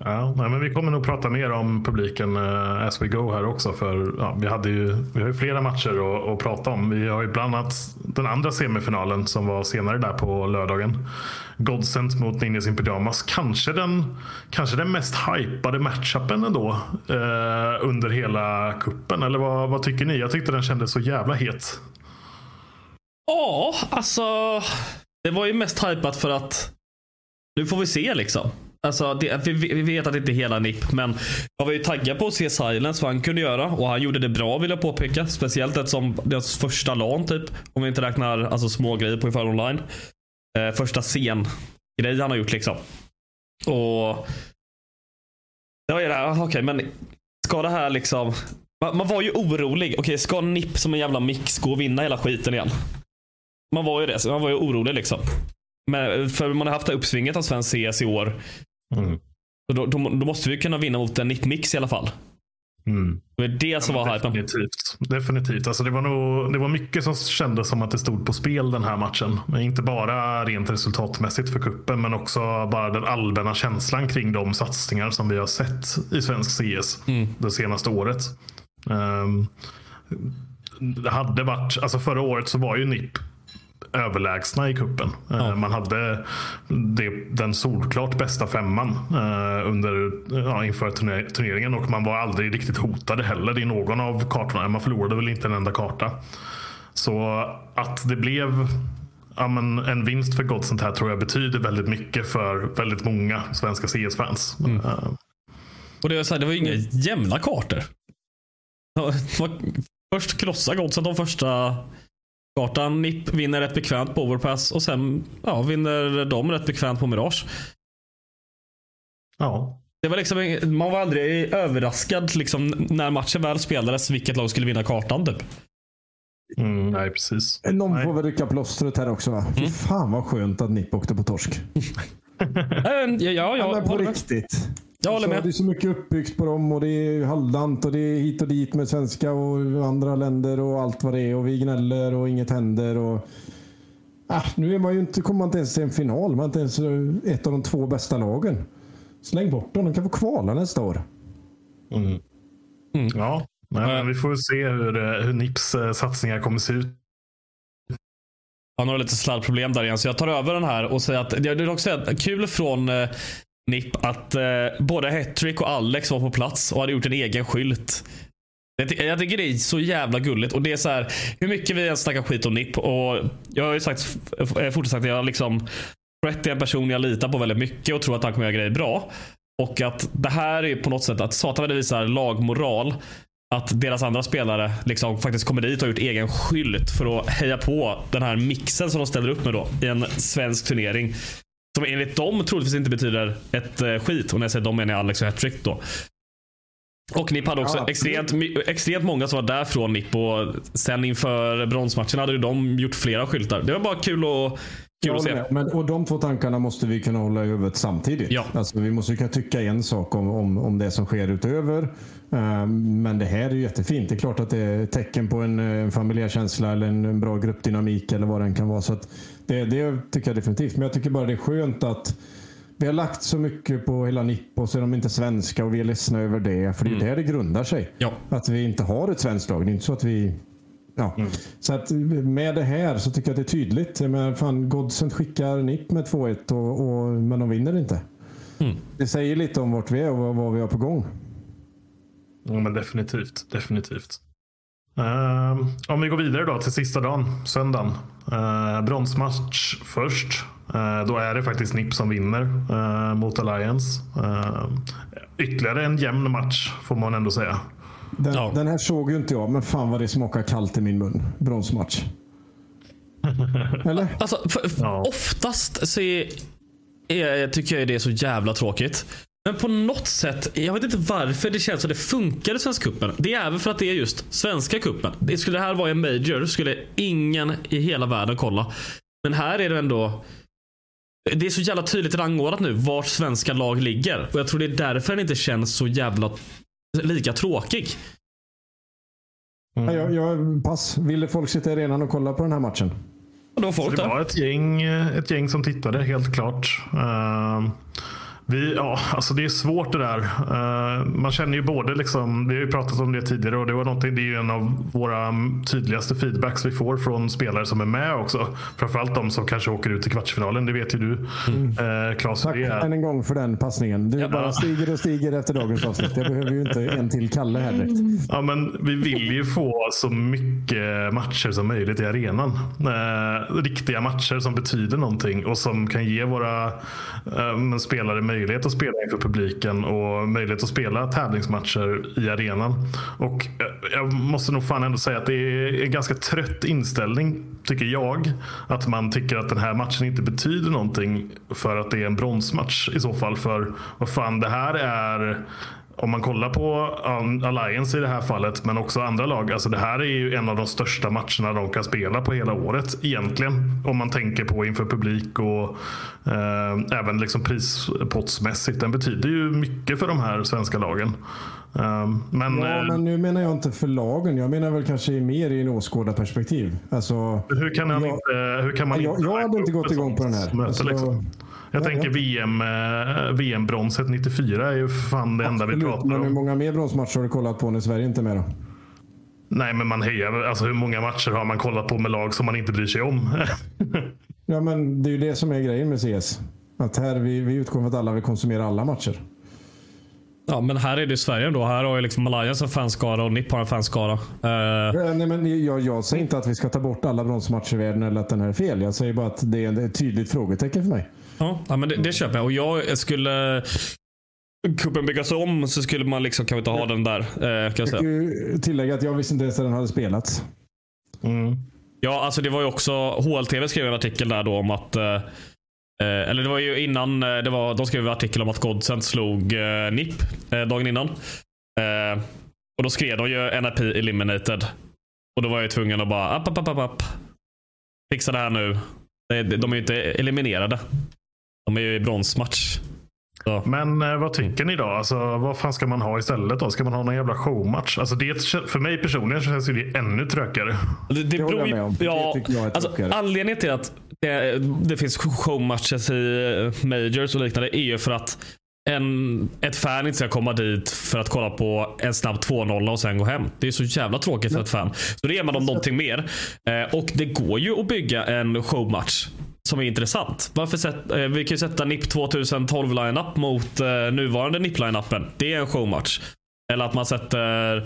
Ja, nej, men vi kommer nog prata mer om publiken uh, as we go här också. För ja, vi, hade ju, vi har ju flera matcher att, att prata om. Vi har ju bland annat den andra semifinalen som var senare där på lördagen. Godsent mot Ninjas in Pyjamas. Kanske den, kanske den mest hypade matchupen ändå uh, under hela kuppen. Eller vad, vad tycker ni? Jag tyckte den kändes så jävla het. Ja, alltså det var ju mest hypat för att nu får vi se liksom. Alltså, det, vi, vi vet att det inte är hela N I P, men jag var ju taggad på att se Silence, vad han kunde göra. Och han gjorde det bra, vill jag påpeka. Speciellt eftersom deras första LAN typ, om vi inte räknar alltså, små grejer på ifall online. eh, Första scen-grej han har gjort liksom. Och det var ju det här, okej, okay, men ska det här liksom man, man var ju orolig, okej, okay, ska N I P som en jävla mix gå och vinna hela skiten igen? Man var ju det, man var ju orolig liksom. Men för man har haft det uppsvinget av svensk C S i år. Mm. Då, då, då måste vi kunna vinna mot en N I P-mix i alla fall. Mm. Det är det som ja, var hypen. Definitivt. Definitivt. Alltså det var nog, det var mycket som kändes som att det stod på spel den här matchen. Men inte bara rent resultatmässigt för kuppen, men också bara den allmänna känslan kring de satsningar som vi har sett i svensk C S mm. det senaste året. Um, det hade varit, alltså förra året så var ju N I P överlägsna i kuppen. Ja. Man hade det, den solklart bästa femman eh, under, ja, inför turner- turneringen och man var aldrig riktigt hotade heller i någon av kartorna. Man förlorade väl inte en enda karta. Så att det blev ja, men en vinst för Godsent här tror jag betyder väldigt mycket för väldigt många svenska C S-fans. Mm. Uh. Och det var, så här, det var ju inga jämna kartor. Först krossade Godsent de första kartan. N I P vinner rätt bekvämt på Overpass och sen ja, vinner de rätt bekvämt på Mirage. Ja. Det var liksom, man var aldrig överraskad liksom, när matchen väl spelades vilket lag skulle vinna kartan typ. Mm, nej, precis. Någon nej. får väl rycka plåstret här också, va? Mm. Fy fan vad skönt att N I P åkte på torsk. ja, ja, ja, ja, men på riktigt. Jag håller med. Det är så mycket uppbyggt på dem och det är halvdant och det är hit och dit med svenska och andra länder och allt vad det är och vi gnäller och inget händer och ah, nu är man ju inte, kommer man inte ens till en final, man är inte ens ett av de två bästa lagen. Släng bort dem, de kan få kvala nästa år. Mm. Mm. Ja, men vi får se hur, hur N I Ps satsningar kommer se ut. Han har lite sladdproblem där igen, så jag tar över den här och säger att det är också kul från eh, N I P att eh, både Hattrick och Alex var på plats och hade gjort en egen skylt. Jag, jag tycker det är så jävla gulligt och det är så här, hur mycket vi än snackar skit om N I P och jag har ju sagt fortsatt sagt att jag liksom Brett är en person jag litar på väldigt mycket och tror att han kommer göra grejer bra och att det här är på något sätt att Satan det visar lagmoral. Att deras andra spelare liksom faktiskt kommer dit och har gjort egen skylt för att heja på den här mixen som de ställer upp med då i en svensk turnering. Som enligt dem troligtvis inte betyder ett eh, skit. Och när jag säger dem menar jag Alex och Hattrick då. Och N I P hade också ja, extremt, extremt många som var där från N I P. Och sen inför bronsmatchen hade de gjort flera skyltar. Det var bara kul att Kul att se. Men, och de två tankarna måste vi kunna hålla i huvudet samtidigt. Ja. Alltså, vi måste kunna tycka en sak om, om, om det som sker utöver. Uh, men det här är ju jättefint. Det är klart att det är ett tecken på en, en familjär känsla eller en, en bra gruppdynamik eller vad den kan vara. Så att det, det tycker jag definitivt. Men jag tycker bara det är skönt att vi har lagt så mycket på hela N I P och så är de inte svenska och vi är ledsna över det. För det är mm. där det grundar sig. Ja. Att vi inte har ett svenskt lag. Det är inte så att vi... Ja, mm. så att med det här så tycker jag att det är tydligt. Men fan, Godsent skickar N I P med två ett och, och, men de vinner inte. Mm. Det säger lite om vart vi är och vad, vad vi har på gång. Ja, men definitivt, definitivt. Uh, om vi går vidare då till sista dagen, söndagen. Uh, bronsmatch först. Uh, då är det faktiskt N I P som vinner uh, mot Alliance. Uh, ytterligare en jämn match får man ändå säga. Den, ja. den här såg ju inte jag, men fan vad det smakar kallt i min mun. Bronsmatch. Eller? Alltså, för, för ja. oftast så är, är, tycker jag det är så jävla tråkigt. Men på något sätt, jag vet inte varför det känns som det funkar i Svenska kuppen. Det är väl för att det är just Svenska kuppen. Det skulle det här vara en major skulle ingen i hela världen kolla. Men här är det ändå... Det är så jävla tydligt rangordnat nu vart svenska lag ligger. Och jag tror det är därför den inte känns så jävla... lika tråkig. Mm. Jag, jag pass. Ville folk sitta i arenan och kolla på den här matchen? Och då folk det var ett gäng, ett gäng som tittade, helt klart. Uh, Vi, ja, alltså det är svårt det där. Uh, man känner ju både liksom, vi har ju pratat om det tidigare och det var någonting, det är ju en av våra tydligaste feedbacks vi får från spelare som är med också. Framförallt de som kanske åker ut i kvartsfinalen, det vet ju du. Mm. Uh, Claes, tack än en gång för den passningen. Du ja. bara stiger och stiger efter dagens avsnitt. Jag behöver ju inte en till Kalle här direkt. Ja, men vi vill ju få så mycket matcher som möjligt i arenan. Uh, riktiga matcher som betyder någonting och som kan ge våra uh, spelare möjlighet att spela inför publiken och möjlighet att spela tävlingsmatcher i arenan. Och jag måste nog fan ändå säga att det är en ganska trött inställning, tycker jag, att man tycker att den här matchen inte betyder någonting för att det är en bronsmatch i så fall. För vad fan, det här är, om man kollar på Alliance i det här fallet, men också andra lag, alltså det här är ju en av de största matcherna de kan spela på hela året egentligen, om man tänker på inför publik och eh, även liksom prispottsmässigt. Den betyder ju mycket för de här svenska lagen. Eh, men, ja, men nu menar jag inte för lagen. Jag menar väl kanske mer i en åskådarperspektiv. Alltså, hur kan, jag, inte, hur kan man jag, inte jag hade inte gått igång på den här. Möte, alltså, liksom. Jag ja, tänker ja. V M, eh, V M-bronset nittiofyra är ju fan det enda Absolut, vi pratar om. Men hur många mer bronsmatcher har du kollat på när Sverige inte är med då? Nej, men man hejar. Alltså hur många matcher har man kollat på med lag som man inte bryr sig om? Ja, men det är ju det som är grejen med C S. Att här vi, vi utgår från att alla vill konsumera alla matcher. Ja, men här är det Sverige då. Här har ju liksom Alliance en fanskara och N I P har en fanskara. Uh... Nej, men jag, jag säger inte att vi ska ta bort alla bronsmatcher i världen eller att den här är fel. Jag säger bara att det är ett tydligt frågetecken för mig. Ja, men det, det köper jag. Och jag skulle... Kuppen byggas om så skulle man liksom kanske inte ha den där. Eh, kan jag säga. Jag tillägga att jag visste inte ens att den hade spelats. Mm. Ja, alltså det var ju också... H L T V skrev en artikel där då om att... Eh, eller det var ju innan... Det var, de skrev en artikel om att Godsend slog eh, N I P eh, dagen innan. Eh, och då skrev de ju N R P eliminated. Och då var jag ju tvungen att bara... App, app, app, app. Fixa det här nu. De, de är ju inte eliminerade. De är ju i bronsmatch. Så. Men eh, vad tycker ni då? Alltså, vad fan ska man ha istället då? Ska man ha någon jävla showmatch? Alltså, det, för mig personligen känns det ännu trökare. Det, det beror ju, ja, alltså, anledningen till att det, det finns showmatches i majors och liknande är ju för att en, ett fan inte ska komma dit för att kolla på en snabb två noll och sen gå hem. Det är så jävla tråkigt för ett fan. Så det ger man dem någonting mer. Eh, och det går ju att bygga en showmatch som är intressant. Varför sätt, eh, vi kan ju sätta N I P tjugotolv line-up mot eh, nuvarande N I P-line-upen. Det är en showmatch. Eller att man sätter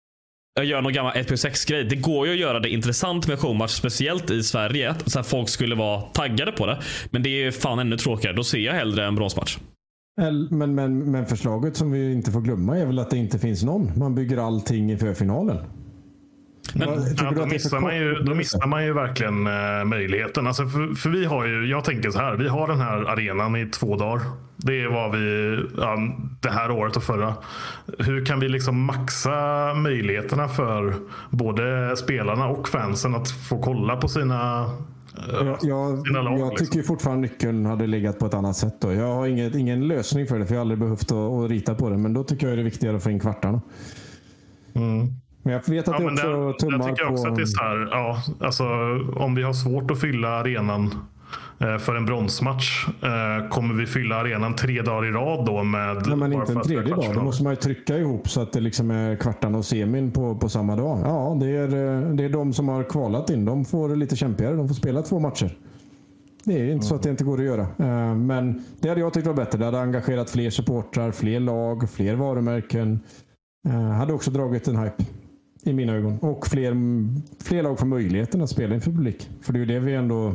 gör någon gammal ett plus sex-grej. Det går ju att göra det intressant med showmatch, speciellt i Sverige, så att folk skulle vara taggade på det. Men det är fan ännu tråkigare. Då ser jag hellre en bronsmatch. Men, men, men förslaget som vi inte får glömma är väl att det inte finns någon. Man bygger allting inför finalen. Men, ja, då, missar man ju, då missar man ju verkligen eh, möjligheten. Alltså för, för vi har ju, jag tänker så här, vi har den här arenan i två dagar. Det var vi ja, det här året och förra. Hur kan vi liksom maxa möjligheterna för både spelarna och fansen att få kolla på sina Jag, jag, lag, jag tycker liksom. fortfarande nyckeln hade legat på ett annat sätt då. Jag har inget, ingen lösning för det, för jag har aldrig behövt att, att rita på det. Men då tycker jag det är viktigare att få in kvartarna. Mm. Men jag vet att ja, det också där, tummar jag tycker på... också att det är så här, ja, alltså, om vi har svårt att fylla arenan eh, för en bronsmatch, eh, kommer vi fylla arenan tre dagar i rad då med... Nej, men inte en tredje dag. Då måste man ju trycka ihop så att det liksom är kvartarna och semin på, på samma dag. Ja, det är, det är de som har kvalat in. De får lite kämpigare. De får spela två matcher. Det är inte mm. så att det inte går att göra. Uh, men det hade jag tyckt var bättre. Det hade engagerat fler supportrar, fler lag, fler varumärken. Uh, hade också dragit en hype i mina ögon. Och fler, fler lag får möjligheten att spela inför publik. För det är ju det vi ändå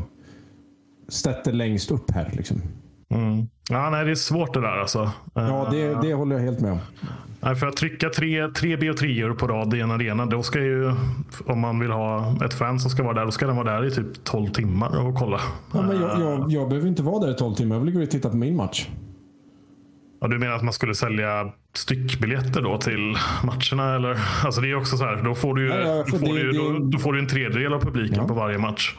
sätter längst upp här. Liksom. Mm. Ja, nej, det är svårt det där alltså. Ja, det, det håller jag helt med om. Nej, för att trycka tre, tre B O tre på rad i en arena, då ska ju, om man vill ha ett fan som ska vara där, då ska den vara där i typ tolv timmar och kolla. Ja, men jag, jag, jag behöver inte vara där i tolv timmar. Jag vill gå och titta på min match. Ja, du menar att man skulle sälja styckbiljetter då till matcherna? Eller? Alltså det är också så här, då får du, ja, ja, då får det, du, det, då, då får du en tredjedel av publiken ja. på varje match.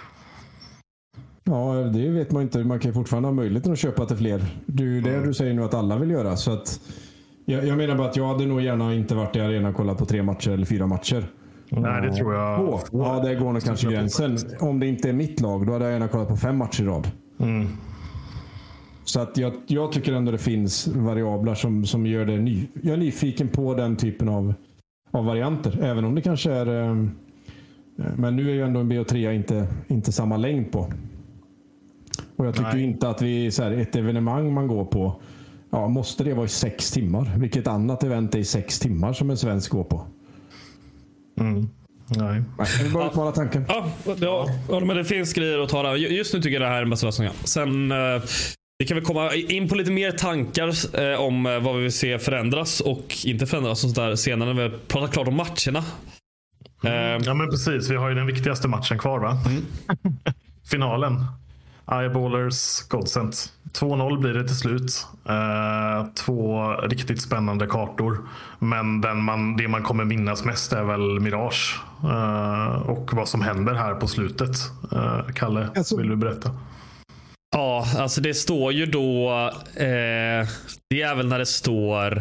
Ja, det vet man inte. Man kan fortfarande ha möjligheten att köpa till fler. Du, det mm. du säger nu att alla vill göra. Så att, jag, jag menar bara att jag hade nog gärna inte varit i arena och kollat på tre matcher eller fyra matcher. Nej, det tror jag. Oh, ja, det går nog kanske gränsen. Om det inte är mitt lag, då hade jag gärna kollat på fem matcher i rad. Mm. Så att jag, jag tycker ändå det finns variabler som, som gör det ny, jag är nyfiken på den typen av, av varianter. Även om det kanske är... Eh, men nu är ju ändå en B O tre inte, inte samma längd på. Och jag tycker Nej. inte att vi så här, ett evenemang man går på, ja, måste det vara i sex timmar? Vilket annat event är i sex timmar som en svensk går på? Mm. Nej. Jag vill bara utmana tanken. Ja, ja, ja, men det finns grejer att ta där. Just nu tycker jag det här är en bästa lösningen. Sen eh, vi kan väl komma in på lite mer tankar eh, om vad vi vill se förändras och inte förändras och sådär senare när vi pratar klart om matcherna. Mm. Ja, men precis. Vi har ju den viktigaste matchen kvar, va? Mm. Finalen. Eyeballers, Godsent. två noll blir det till slut. Eh, två riktigt spännande kartor. Men den man, det man kommer minnas mest är väl Mirage. Eh, och vad som händer här på slutet. Eh, Kalle, alltså, vill du berätta? Ja, alltså det står ju då... Eh, det är väl när det står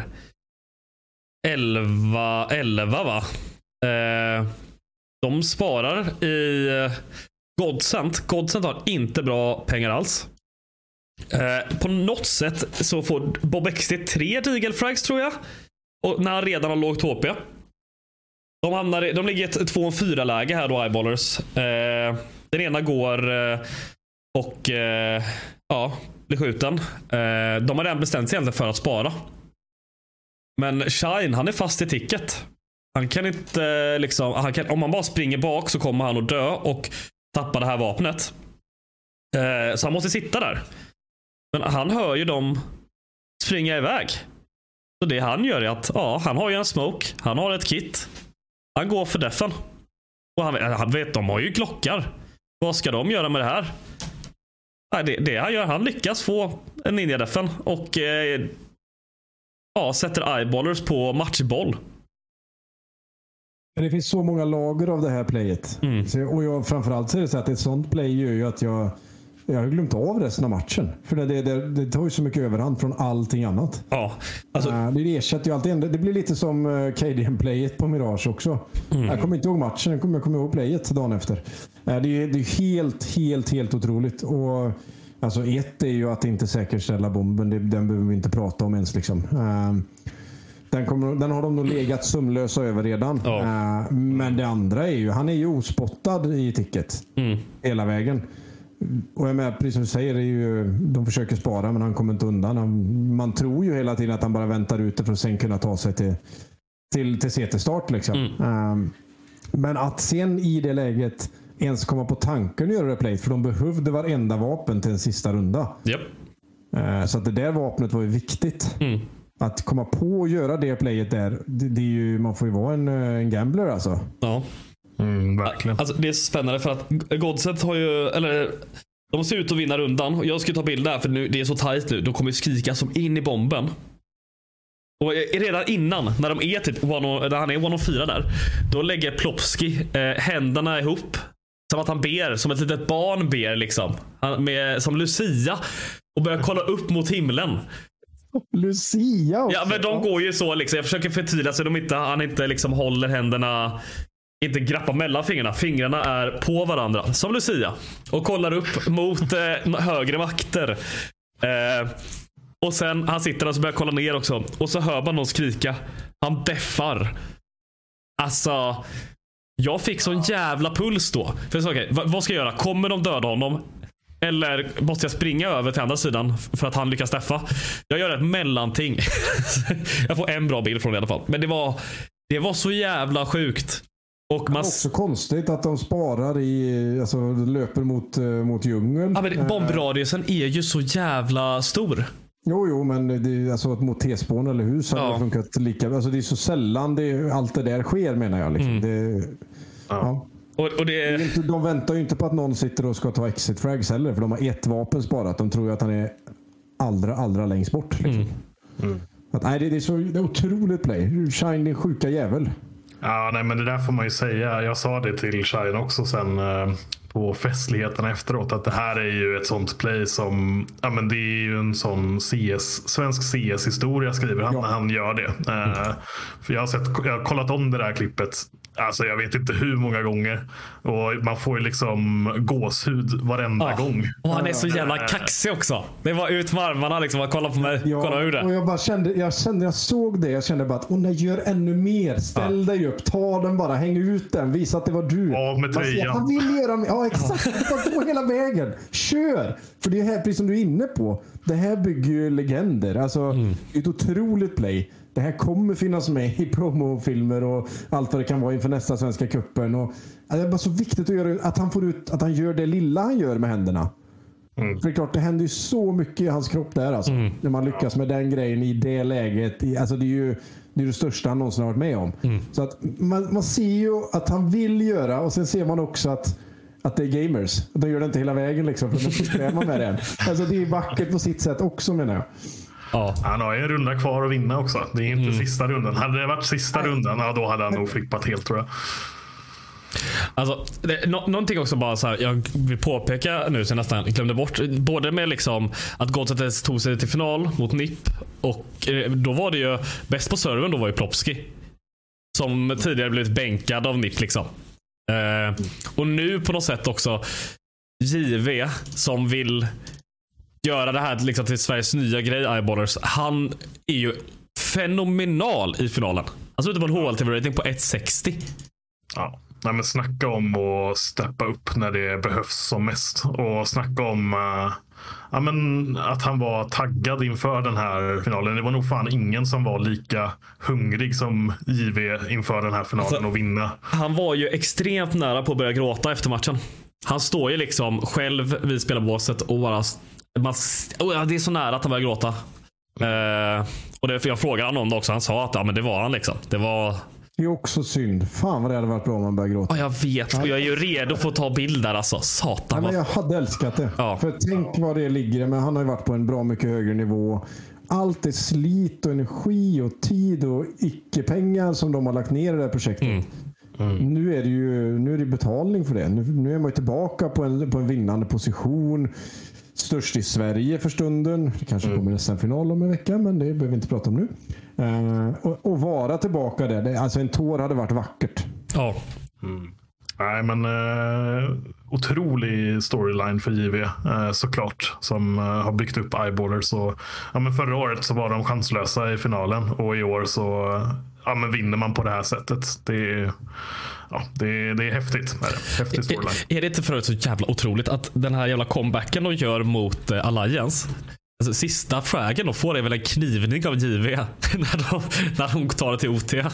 elva elva, va? Eh, de sparar i... Godsent. Godsent har inte bra pengar alls. Eh, på något sätt så får Bob X T tre Deagle-frags, tror jag. Och när han redan har lågt H P. De, hamnar i, de ligger i ett två fyra läge här då, Eyeballers. Eh, den ena går eh, och eh, ja, blir skjuten. Eh, de har redan bestämt sig för att spara. Men Shine, han är fast i ticket. Han kan inte liksom, han kan, om man bara springer bak så kommer han att dö och tappa det här vapnet. Eh, så han måste sitta där. Men han hör ju dem springa iväg. Så det han gör är att ja, han har ju en smoke, han har ett kit. Han går för defen. Och han, han vet, de har ju klockar. Vad ska de göra med det här? Nej, det, det han gör, han lyckas få en ninja-defen och eh, ja, sätter Eyeballers på matchboll. Det finns så många lager av det här playet. Mm. Så, och jag, framförallt så är det så att ett sånt play gör ju att jag, jag har glömt av resten av matchen. För det, det, det, det tar ju så mycket överhand från allting annat. Ja, alltså, uh, det ersätter ju alltid. Det blir lite som uh, K D M-playet på Mirage också. Mm. Jag kommer inte ihåg matchen, jag kommer, jag kommer ihåg playet dagen efter. Uh, det, är, det är helt, helt, helt otroligt. Och alltså ett är ju att inte säkerställa bomben. Det, den behöver vi inte prata om ens liksom. Uh, Den, kommer, den har de nog legat sumlösa över redan. Ja. Uh, men det andra är ju, han är ju ospottad i ticket. Mm. Hela vägen. Och jag med, precis som du säger, är ju, de försöker spara men han kommer inte undan. Han, man tror ju hela tiden att han bara väntar ute för att sen kunna ta sig till, till, till C T-start. Liksom. Mm. Uh, men att sen i det läget ens komma på tanken att göra replay, för de behövde varenda vapen till en sista runda. Yep. Uh, så att det där vapnet var ju viktigt. Mm. Att komma på och göra det playet där, det, det är ju, man får ju vara en, en gambler alltså. Ja. Mm, verkligen. Alltså, det är spännande för att Godsent har ju, eller de ser ut att vinna rundan. Jag ska ta bild där för nu, det är så tajt nu. De kommer skrika som in i bomben. Och redan innan, när de är typ one, när han är one of fyra där, då lägger Plopski eh, händerna ihop. Som att han ber, som ett litet barn ber liksom. Han, med, som Lucia. Och börjar kolla upp mot himlen. Lucia också. Ja, men de går ju så liksom. Jag försöker förtydliga så de inte, han inte liksom håller händerna, inte grappar mellan fingrarna. Fingrarna är på varandra som Lucia och kollar upp mot eh, högre makter. Eh, och sen han sitter där och så börjar kolla ner också. Och så hör man någon skrika. Han deffar. Alltså, jag fick sån jävla puls då. För så, okay, vad ska jag göra? Kommer de döda honom? Eller måste jag springa över till andra sidan för att han lyckas träffa? Jag gör ett mellanting. Jag får en bra bild från det i alla fall. Men det var, det var så jävla sjukt. Och man... Det är också konstigt att de sparar i, alltså löper mot, mot djungeln. Ja, men bombradiusen är ju så jävla stor. Jo, jo, men det är alltså mot T-spån eller hus har ja. det funkat lika. Alltså det är så sällan det, allt det där sker, menar jag. Liksom. Mm. Det, ja. ja. Och, och det är... inte, de väntar ju inte på att någon sitter och ska ta exit frags heller, för de har ett vapen sparat. De tror ju att han är allra, allra längst bort. Liksom. Mm. Mm. Att, nej, det, det är så det är otroligt play. Shine, din sjuka jävel. Ja, nej, men det där får man ju säga. Jag sa det till Shine också sen eh, på festligheterna efteråt, att det här är ju ett sånt play som, ja, men det är ju en sån C S, svensk C S-historia skriver han ja. när han gör det. Eh, för jag har, sett, jag har kollat om det där klippet Alltså jag vet inte hur många gånger. Och man får ju liksom gåshud varenda Ja. gång. Och han är så jävla kaxig också. Det var ut med armarna liksom. Att kolla på mig. Ja, kolla hur det. och jag bara kände, jag kände, jag såg det. Jag kände bara att, åh nej, gör ännu mer. Ställ Ja. dig upp, ta den bara, häng ut den. Visa att det var du. Av med tröjan. Han vill göra mer. Ja, exakt. Bara gå hela vägen. Kör. För det är här, precis som du är inne på. Det här bygger ju legender. Alltså, mm. det är ett otroligt play. Det här kommer finnas med i promofilmer och allt vad det kan vara inför nästa Svenska cupen. Och det är bara så viktigt att, göra, att, han får ut, att han gör det lilla han gör med händerna. Mm. För det är klart, det händer ju så mycket i hans kropp där. Alltså, mm. när man lyckas med den grejen i det läget. I, alltså det är ju det, är det största han någonsin har varit med om. Mm. Så att man, man ser ju att han vill göra, och sen ser man också att att det är gamers. De gör det inte hela vägen liksom, för att skrämma med det. Alltså det är vackert på sitt sätt också, menar jag. Ja. Han har ju en runda kvar att vinna också. Det är inte mm. sista rundan. Hade det varit sista Nej. rundan, ja, då hade han nog flippat helt, tror jag. Alltså, det, no, någonting också bara så här, jag vill påpeka nu så jag nästan glömde bort. Både med liksom att Godset tog sig till final mot N I P, och eh, då var det ju bäst på servern, då var ju Plopski. Som tidigare blivit bänkad av N I P liksom. Eh, och nu på något sätt också J V som vill göra det här liksom till Sveriges nya grej, Eyeballers. Han är ju fenomenal i finalen. Alltså ute på en H L T V-rating på ett sextio. Ja, nej, men snacka om att steppa upp när det behövs som mest. Och snacka om uh, ja, men att han var taggad inför den här finalen. Det var nog fan ingen som var lika hungrig som J V inför den här finalen alltså, att vinna. Han var ju extremt nära på att börja gråta efter matchen. Han står ju liksom själv vid spelarbåset och bara man, oh, det är så nära att han börjar gråta. Uh, och det, för jag frågade honom också. Han sa att ja, men det var han liksom. Det var... Det är också synd. Fan vad det hade varit bra om man börjar gråta. Ja, jag vet. Och jag är ju redo för att ta bilder alltså. Satan. Nej, men jag hade älskat det. Ja. För tänk vad det ligger. Men han har ju varit på en bra mycket högre nivå. Allt är slit och energi och tid och icke-pengar som de har lagt ner i det här projektet. Mm. Mm. Nu är det ju nu är det betalning för det. Nu, nu är man ju tillbaka på en, på en vinnande position. Störst i Sverige för stunden. Det kanske kommer nästa final om en vecka, men det behöver vi inte prata om nu. Uh, och, och vara tillbaka där. Det, alltså en tår hade varit vackert. Ja. Mm. Nej, men uh, otrolig storyline för J V uh, såklart, som uh, har byggt upp Eyeballers. Och, ja, men förra året så var de chanslösa i finalen, och i år så uh, ja, men vinner man på det här sättet. Det är, ja, det, det är häftigt. Häftig storyline. Är, är det inte förut så jävla otroligt att den här jävla comebacken de gör mot uh, Alliance, alltså, sista fragen de får är väl en knivning av J V när de, när de tar det till O T.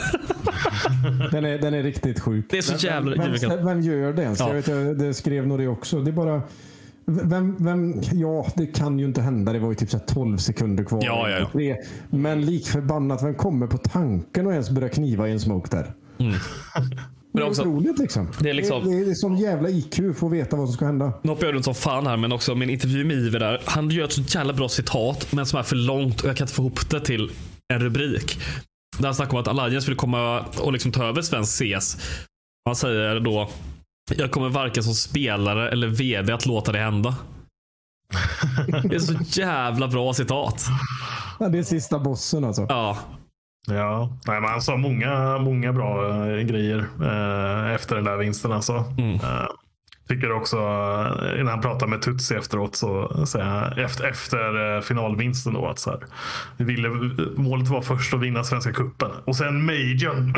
den, är, den är riktigt sjuk. Det är så jävla... Vem, vem, vem gör det ens? Ja. Jag vet, jag, det skrev nog det också. Det är bara... Vem, vem, ja, det kan ju inte hända. Det var ju typ så här tolv sekunder kvar. Ja, ja, ja. Men lik förbannat, vem kommer på tanken och ens börja kniva i en smoke där? Mm. Det är också, otroligt liksom. Det är, liksom det, det är som jävla I Q för att veta vad som ska hända. Nu hoppar jag runt som fan här, men också min intervju med Iver där. Han gör ett så jävla bra citat, men som är för långt och jag kan inte få ihop det till en rubrik. Där han snackar om att Alliance vill komma och liksom ta över svensk C S. Han säger då: jag kommer varken som spelare eller vd att låta det hända. Det är så jävla bra citat. Ja, det är sista bossen alltså. Ja. Ja, nej, men han sa många, många bra äh, grejer äh, efter den där vinsten alltså. Mm. Äh, tycker också, äh, när han pratar med Tutsi efteråt, så säger han efter, efter äh, finalvinsten då att så här, vi ville, målet var först att vinna Svenska cupen och sen majorn.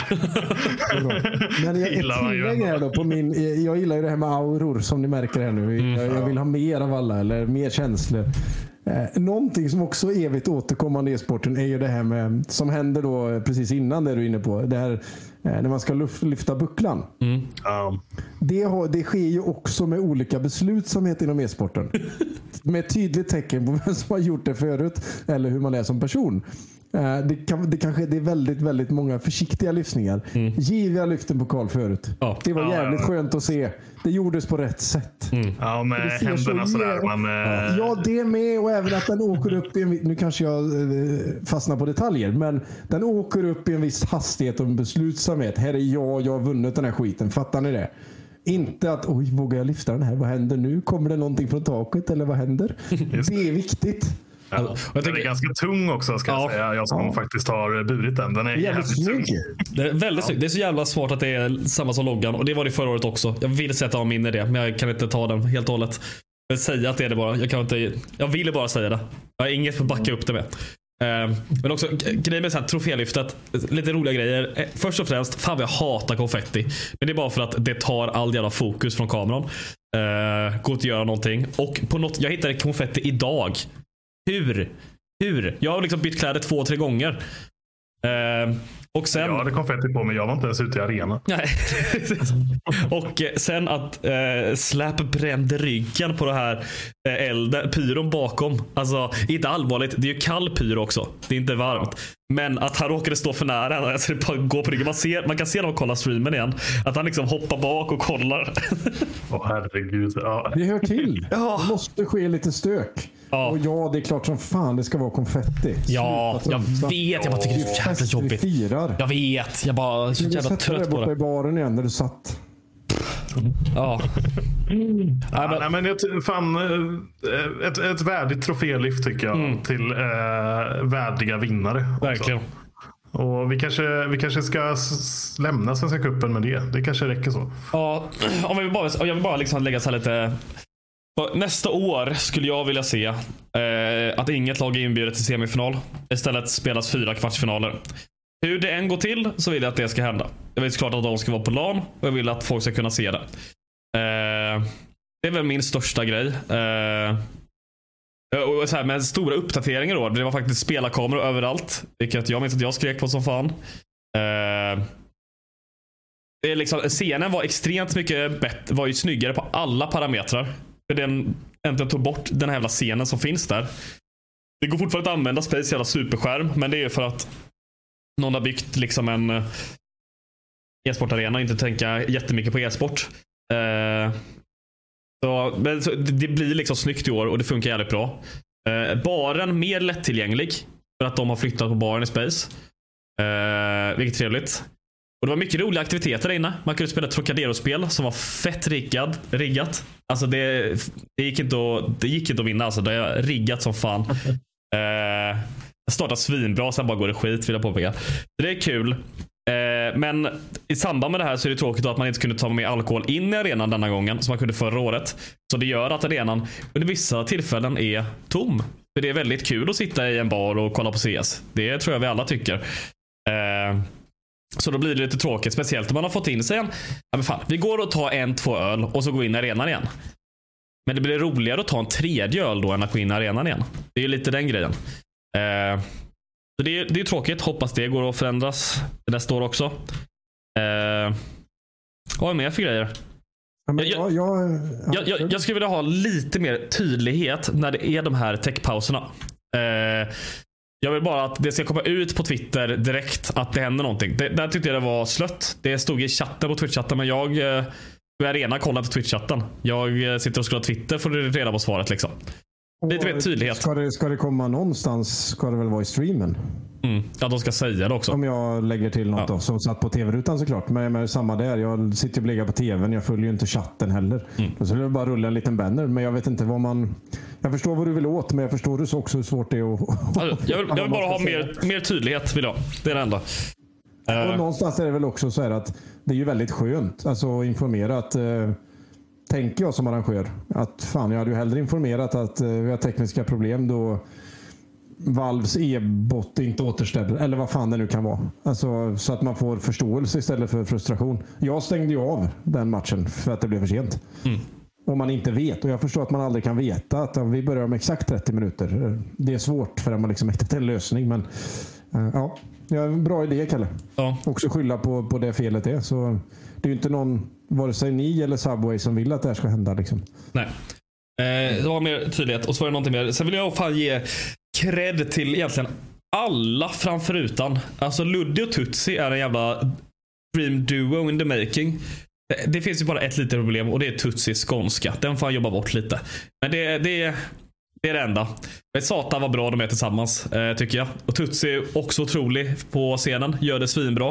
Men jag, jag tillägger då på min, jag gillar ju det här med auror som ni märker här nu. Mm. Jag, jag vill ha mer av alla, eller mer känslor. Eh, någonting som också är evigt återkommande i e-sporten är ju det här med, som händer då precis innan det du är inne på, det här eh, när man ska luft, lyfta bucklan. Mm. Um. Det, har, det sker ju också med olika beslutsamhet inom e-sporten. Med tydligt tecken på vem som har gjort det förut eller hur man är som person. Eh, det, kan, det kanske det är väldigt, väldigt många försiktiga lyftningar. Mm. Giviga lyften på Karl förut. Oh. Det var jävligt ja, ja. skönt att se. Det gjordes på rätt sätt. Mm. Ja, med händerna så sådär. Man, äh... Ja, det med. Och även att den åker upp i en, nu kanske jag fastnar på detaljer, men den åker upp i en viss hastighet och en beslutsamhet. Här är jag, jag har vunnit den här skiten. Fattar ni det? Inte att, oj, vågar jag lyfta den här? Vad händer nu? Kommer det någonting från taket eller vad händer? Det är viktigt. Ja. Och jag tänker, den är ganska tung också ska ja. jag säga. Jag som ja. faktiskt har burit den. Den är jävligt tung. Det är väldigt ja. Det är så jävla svårt att det är samma som loggan. Och det var det förra året också. Jag vill sätta av min idé, men jag kan inte ta den helt och hållet. Jag vill säga att det är det bara. Jag kan inte. Jag ville bara säga det. Jag har inget för att backa upp det med. Uh, men också grejer med så här trofélyftet. Lite roliga grejer. Först och främst, fan vad jag hatar konfetti. Men det är bara för att det tar all jävla fokus från kameran. Uh, går att göra någonting. Och på något, jag hittade konfetti idag. Hur? Hur? Jag har liksom bytt kläder två, tre gånger. Uh, och sen... Jag hade konfetti på mig, jag var inte ens ute i arena. Nej. Och sen att uh, Slap brände ryggen på det här uh, elden, pyron bakom. Alltså, inte allvarligt, det är ju kall pyro också. Det är inte varmt. Men att han råkade stå för nära, alltså det bara går på ryggen. Man, ser, man kan se när man kollar streamen igen att han liksom hoppar bak och kollar. Åh oh, herregud. Ja. Det hör till. Ja. Det måste ske lite stök. Ja. Och ja, det är klart som fan det ska vara konfetti. Ja, jag vet. Jag bara tycker det är jävla jobbigt. Firar. Jag vet. Jag bara är så jävla trött på det. I baren igen när du satt. Ja. Mm. Ja, men, nej, men ett, fan, ett, ett värdigt trofélyft tycker jag mm. till eh, värdiga vinnare. Verkligen. Också. Och vi kanske, vi kanske ska s- lämna Svenska cupen med det. Det kanske räcker så. Ja, om vi bara, jag vill bara liksom lägga så här lite. Nästa år skulle jag vilja se eh, att inget lag är inbjudet till semifinal. Istället spelas fyra kvartsfinaler. Hur det än går till så vill jag att det ska hända. Jag vill såklart att de ska vara på LAN och jag vill att folk ska kunna se det. Eh, det är väl min största grej. Eh, och så här, med stora uppdateringar då. Det var faktiskt spelarkameror överallt. Vilket jag minns att jag skrek på som fan. Eh, det är liksom, scenen var extremt mycket bättre. Var ju snyggare på alla parametrar. För den äntligen tog bort den här jävla scenen som finns där. Det går fortfarande att använda Space jävla superskärm. Men det är för att någon har byggt liksom en e-sportarena och inte tänka jättemycket på e-sport. Eh, så, men, så, det blir liksom snyggt i år och det funkar jävligt bra. Eh, baren mer lättillgänglig för att de har flyttat på baren i Space. Eh, vilket är trevligt. Och det var mycket roliga aktiviteter där inne. Man kunde spela ett Trocadero-spel som var fett riggad, riggat. Alltså det, det, gick inte att, det gick inte att vinna. Alltså det är riggat som fan. Eh, jag startade svinbra, sen bara går det skit vill jag påpeka. Det är kul. Eh, men i samband med det här så är det tråkigt att man inte kunde ta med alkohol in i arenan denna gången som man kunde förra året. Så det gör att arenan under vissa tillfällen är tom. För det är väldigt kul att sitta i en bar och kolla på C S. Det tror jag vi alla tycker. Eh, Så då blir det lite tråkigt, speciellt om man har fått in sig en. Ja, men fan, vi går och tar en, två öl och så går vi in i arenan igen. Men det blir roligare att ta en tredje öl då än att gå in i arenan igen. Det är ju lite den grejen. Eh, så det är, det är tråkigt, hoppas det går att förändras nästa år också. Eh, vad är mer för grejer? Ja, men jag, jag, jag, jag, jag skulle vilja ha lite mer tydlighet när det är de här techpauserna. Eh, Jag vill bara att det ska komma ut på Twitter direkt att det händer någonting. Det, där tyckte jag det var slött. Det stod i chatten på Twitch-chatten, men jag eh, är arena kollar på Twitch-chatten. Jag eh, sitter och scrollar Twitter för att reda på svaret liksom. Lite mer tydlighet. Ska det, ska det komma någonstans ska det väl vara i streamen? Mm. Ja, de ska säga det också. Om jag lägger till något ja. då, som satt på tv-rutan såklart. Men, men samma där, jag sitter och bläggar på tvn. Jag följer ju inte chatten heller. Mm. Då skulle det bara rulla en liten banner. Men jag vet inte vad man... Jag förstår vad du vill åt, men jag förstår också hur svårt det är att... Alltså, jag vill, jag vill bara ha mer, mer tydlighet, vill jag. Det är det enda. Och uh. någonstans är det väl också så här att det är ju väldigt skönt alltså att informera att... Uh, tänker jag som arrangör att fan, jag hade ju hellre informerat att uh, vi har tekniska problem då Valves e-bot inte återställer, eller vad fan det nu kan vara. Alltså, så att man får förståelse istället för frustration. Jag stängde ju av den matchen för att det blev för sent. Mm. Om man inte vet. Och jag förstår att man aldrig kan veta att vi börjar om exakt trettio minuter. Det är svårt för att man liksom hittat en lösning. Men uh, ja, det är en bra idé, Kalle. Ja. Också skylla på, på det felet är. Så det är ju inte någon, vare sig ni eller Subway, som vill att det här ska hända. Liksom. Nej. Eh, det var mer tydlighet. Och så var det någonting mer. Sen vill jag fan ge cred till egentligen alla framför utan. Alltså Ludde och Tutsi är en jävla dream duo in the making. Det finns ju bara ett litet problem och det är Tutsis skånska. Den får han jobba bort lite. Men det, det, det är det enda. Men Satan var bra de är tillsammans, eh, tycker jag. Och Tutsi är också otrolig på scenen. Gör det svinbra.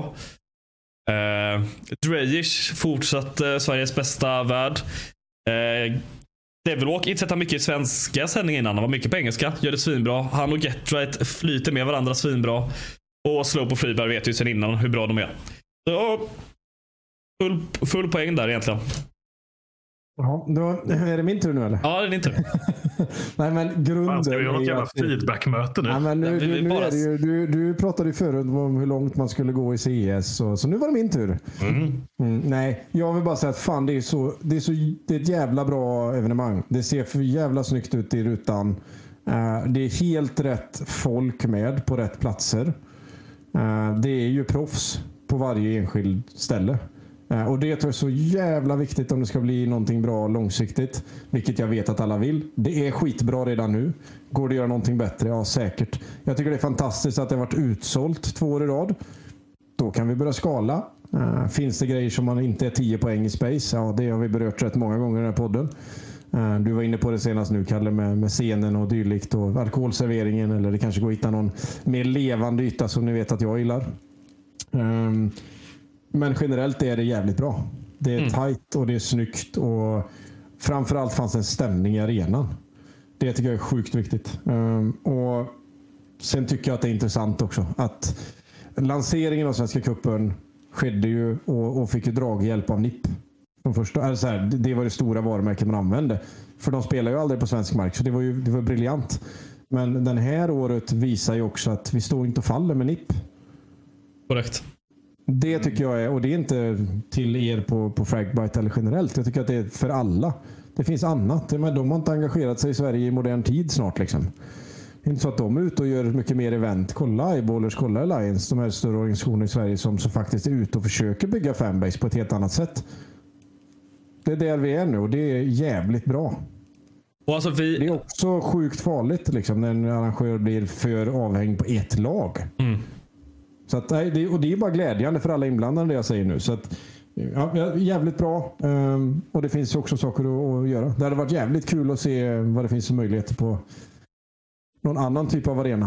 Eh, Dreyish fortsatt eh, Sveriges bästa värld. Eh, Devilwalk inte sett mycket i svenska sändningar innan. Han var mycket på engelska. Gör det svinbra. Han och Getright flyter med varandra svinbra. Och Slope och Friberg vet ju sen innan hur bra de är. Så full, full poäng där egentligen. Ja, då är det min tur nu eller? Ja, det är din tur. Nej, men grunden... Man ska vi göra något jävla att... feedbackmöte nu? Nej, men nu, nu, nu bara... är det ju, du, du pratade ju förut om hur långt man skulle gå i C S. Och, så nu var det min tur. Mm. Mm, nej, jag vill bara säga att fan, det är, så, det, är så, det är ett jävla bra evenemang. Det ser för jävla snyggt ut i rutan. Uh, det är helt rätt folk med på rätt platser. Uh, det är ju proffs på varje enskild ställe. Och det tror jag är så jävla viktigt om det ska bli någonting bra långsiktigt. Vilket jag vet att alla vill. Det är skitbra redan nu. Går det att göra någonting bättre? Ja, säkert. Jag tycker det är fantastiskt att det har varit utsålt två år i rad. Då kan vi börja skala. Uh, finns det grejer som man inte är tio poäng i space? Ja, det har vi berört rätt många gånger i den här podden. Uh, du var inne på det senast nu, Kalle, med, med scenen och dylikt. Och alkoholserveringen. Eller det kanske går att hitta någon mer levande yta som ni vet att jag gillar. Um, Men generellt är det jävligt bra. Det är mm. tajt och det är snyggt. Och framförallt fanns en stämning i arenan. Det tycker jag är sjukt viktigt. Um, och sen tycker jag att det är intressant också. Att lanseringen av Svenska Cupen skedde ju och, och fick ju draghjälp av N I P. De första, alltså här, det var det stora varumärket man använde. För de spelar ju aldrig på svensk mark. Så det var ju det var briljant. Men den här året visar ju också att vi står inte och faller med N I P. Korrekt. Det tycker jag är, och det är inte till er på, på Fragbite eller generellt. Jag tycker att det är för alla. Det finns annat. Men de har inte engagerat sig i Sverige i modern tid snart liksom. Det är inte så att de är ute och gör mycket mer event. Kolla Eyeballers, kolla Alliance, de här större organisationer i Sverige som, som faktiskt är ute och försöker bygga fanbase på ett helt annat sätt. Det är där vi är nu och det är jävligt bra. Och alltså vi... Det är också sjukt farligt liksom, när en arrangör blir för avhängd på ett lag. Mm. Så att, det, och det är bara glädjande för alla inblandade det jag säger nu. Så att, ja, jävligt bra. Um, och det finns också saker att, att göra. Det hade varit jävligt kul att se vad det finns för möjligheter på någon annan typ av arena.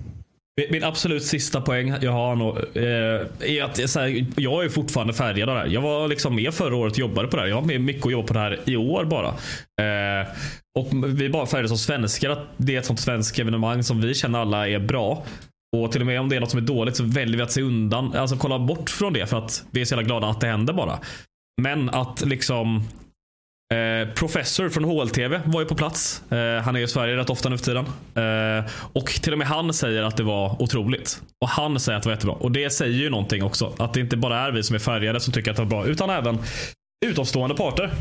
Min absolut sista poäng jag har nog, eh, är att så här, jag är fortfarande färdig där. Jag var liksom med förra året och jobbade på det här. Jag har med mycket att jobba på det här i år bara. Eh, och vi är bara färdiga som svenskar att det är ett sånt svenskt evenemang som vi känner alla är bra. Och till och med om det är något som är dåligt så väljer vi att se undan, alltså kolla bort från det för att vi är så jävla glada att det händer bara. Men att liksom eh, Professor från H L T V var ju på plats. Eh, han är i Sverige rätt ofta nu för tiden. Eh, och till och med han säger att det var otroligt. Och han säger att det var jättebra. Och det säger ju någonting också. Att det inte bara är vi som är färgade som tycker att det var bra, utan även utomstående parter.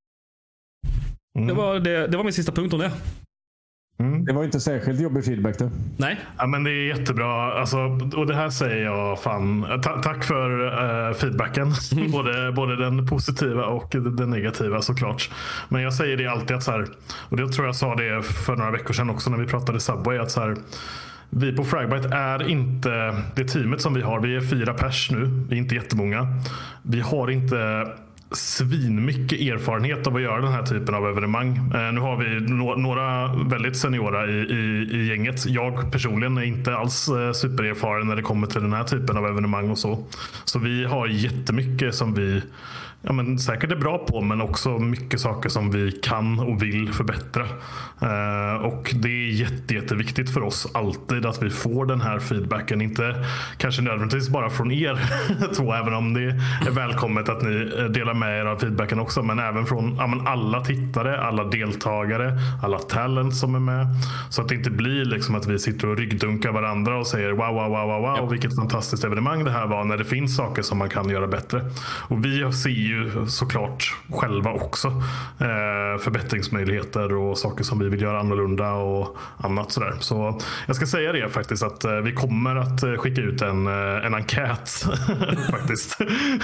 Mm. Det, var det, det var min sista punkt om det. Mm. Det var inte särskilt jobbig feedback då. Nej. Ja, men det är jättebra. Alltså, och det här säger jag fan. Ta- tack för uh, feedbacken. Mm. både, både den positiva och den negativa såklart. Men jag säger det alltid att så här, och det tror jag sa det för några veckor sedan också när vi pratade Subway, att så här, vi på Fragbite är inte det teamet som vi har. Vi är fyra pers nu. Vi är inte jättemånga. Vi har inte svinmycket erfarenhet av att göra den här typen av evenemang. Eh, nu har vi no- några väldigt seniora i, i, i gänget. Jag personligen är inte alls eh, supererfaren när det kommer till den här typen av evenemang och så. Så vi har jättemycket som vi ja, men säkert är bra på, men också mycket saker som vi kan och vill förbättra. Eh, och det är jätte, jätteviktigt för oss alltid att vi får den här feedbacken. Inte kanske nödvändigtvis bara från er två, även om det är välkommet att ni delar med er av feedbacken också, men även från ja, men alla tittare, alla deltagare, alla talent som är med. Så att det inte blir liksom att vi sitter och ryggdunkar varandra och säger wow, wow, wow, wow, wow ja. Vilket fantastiskt evenemang det här var, när det finns saker som man kan göra bättre. Och vi ser ju såklart själva också eh, förbättringsmöjligheter och saker som vi vill göra annorlunda och annat sådär. Så jag ska säga det faktiskt att eh, vi kommer att eh, skicka ut en, eh, en enkät faktiskt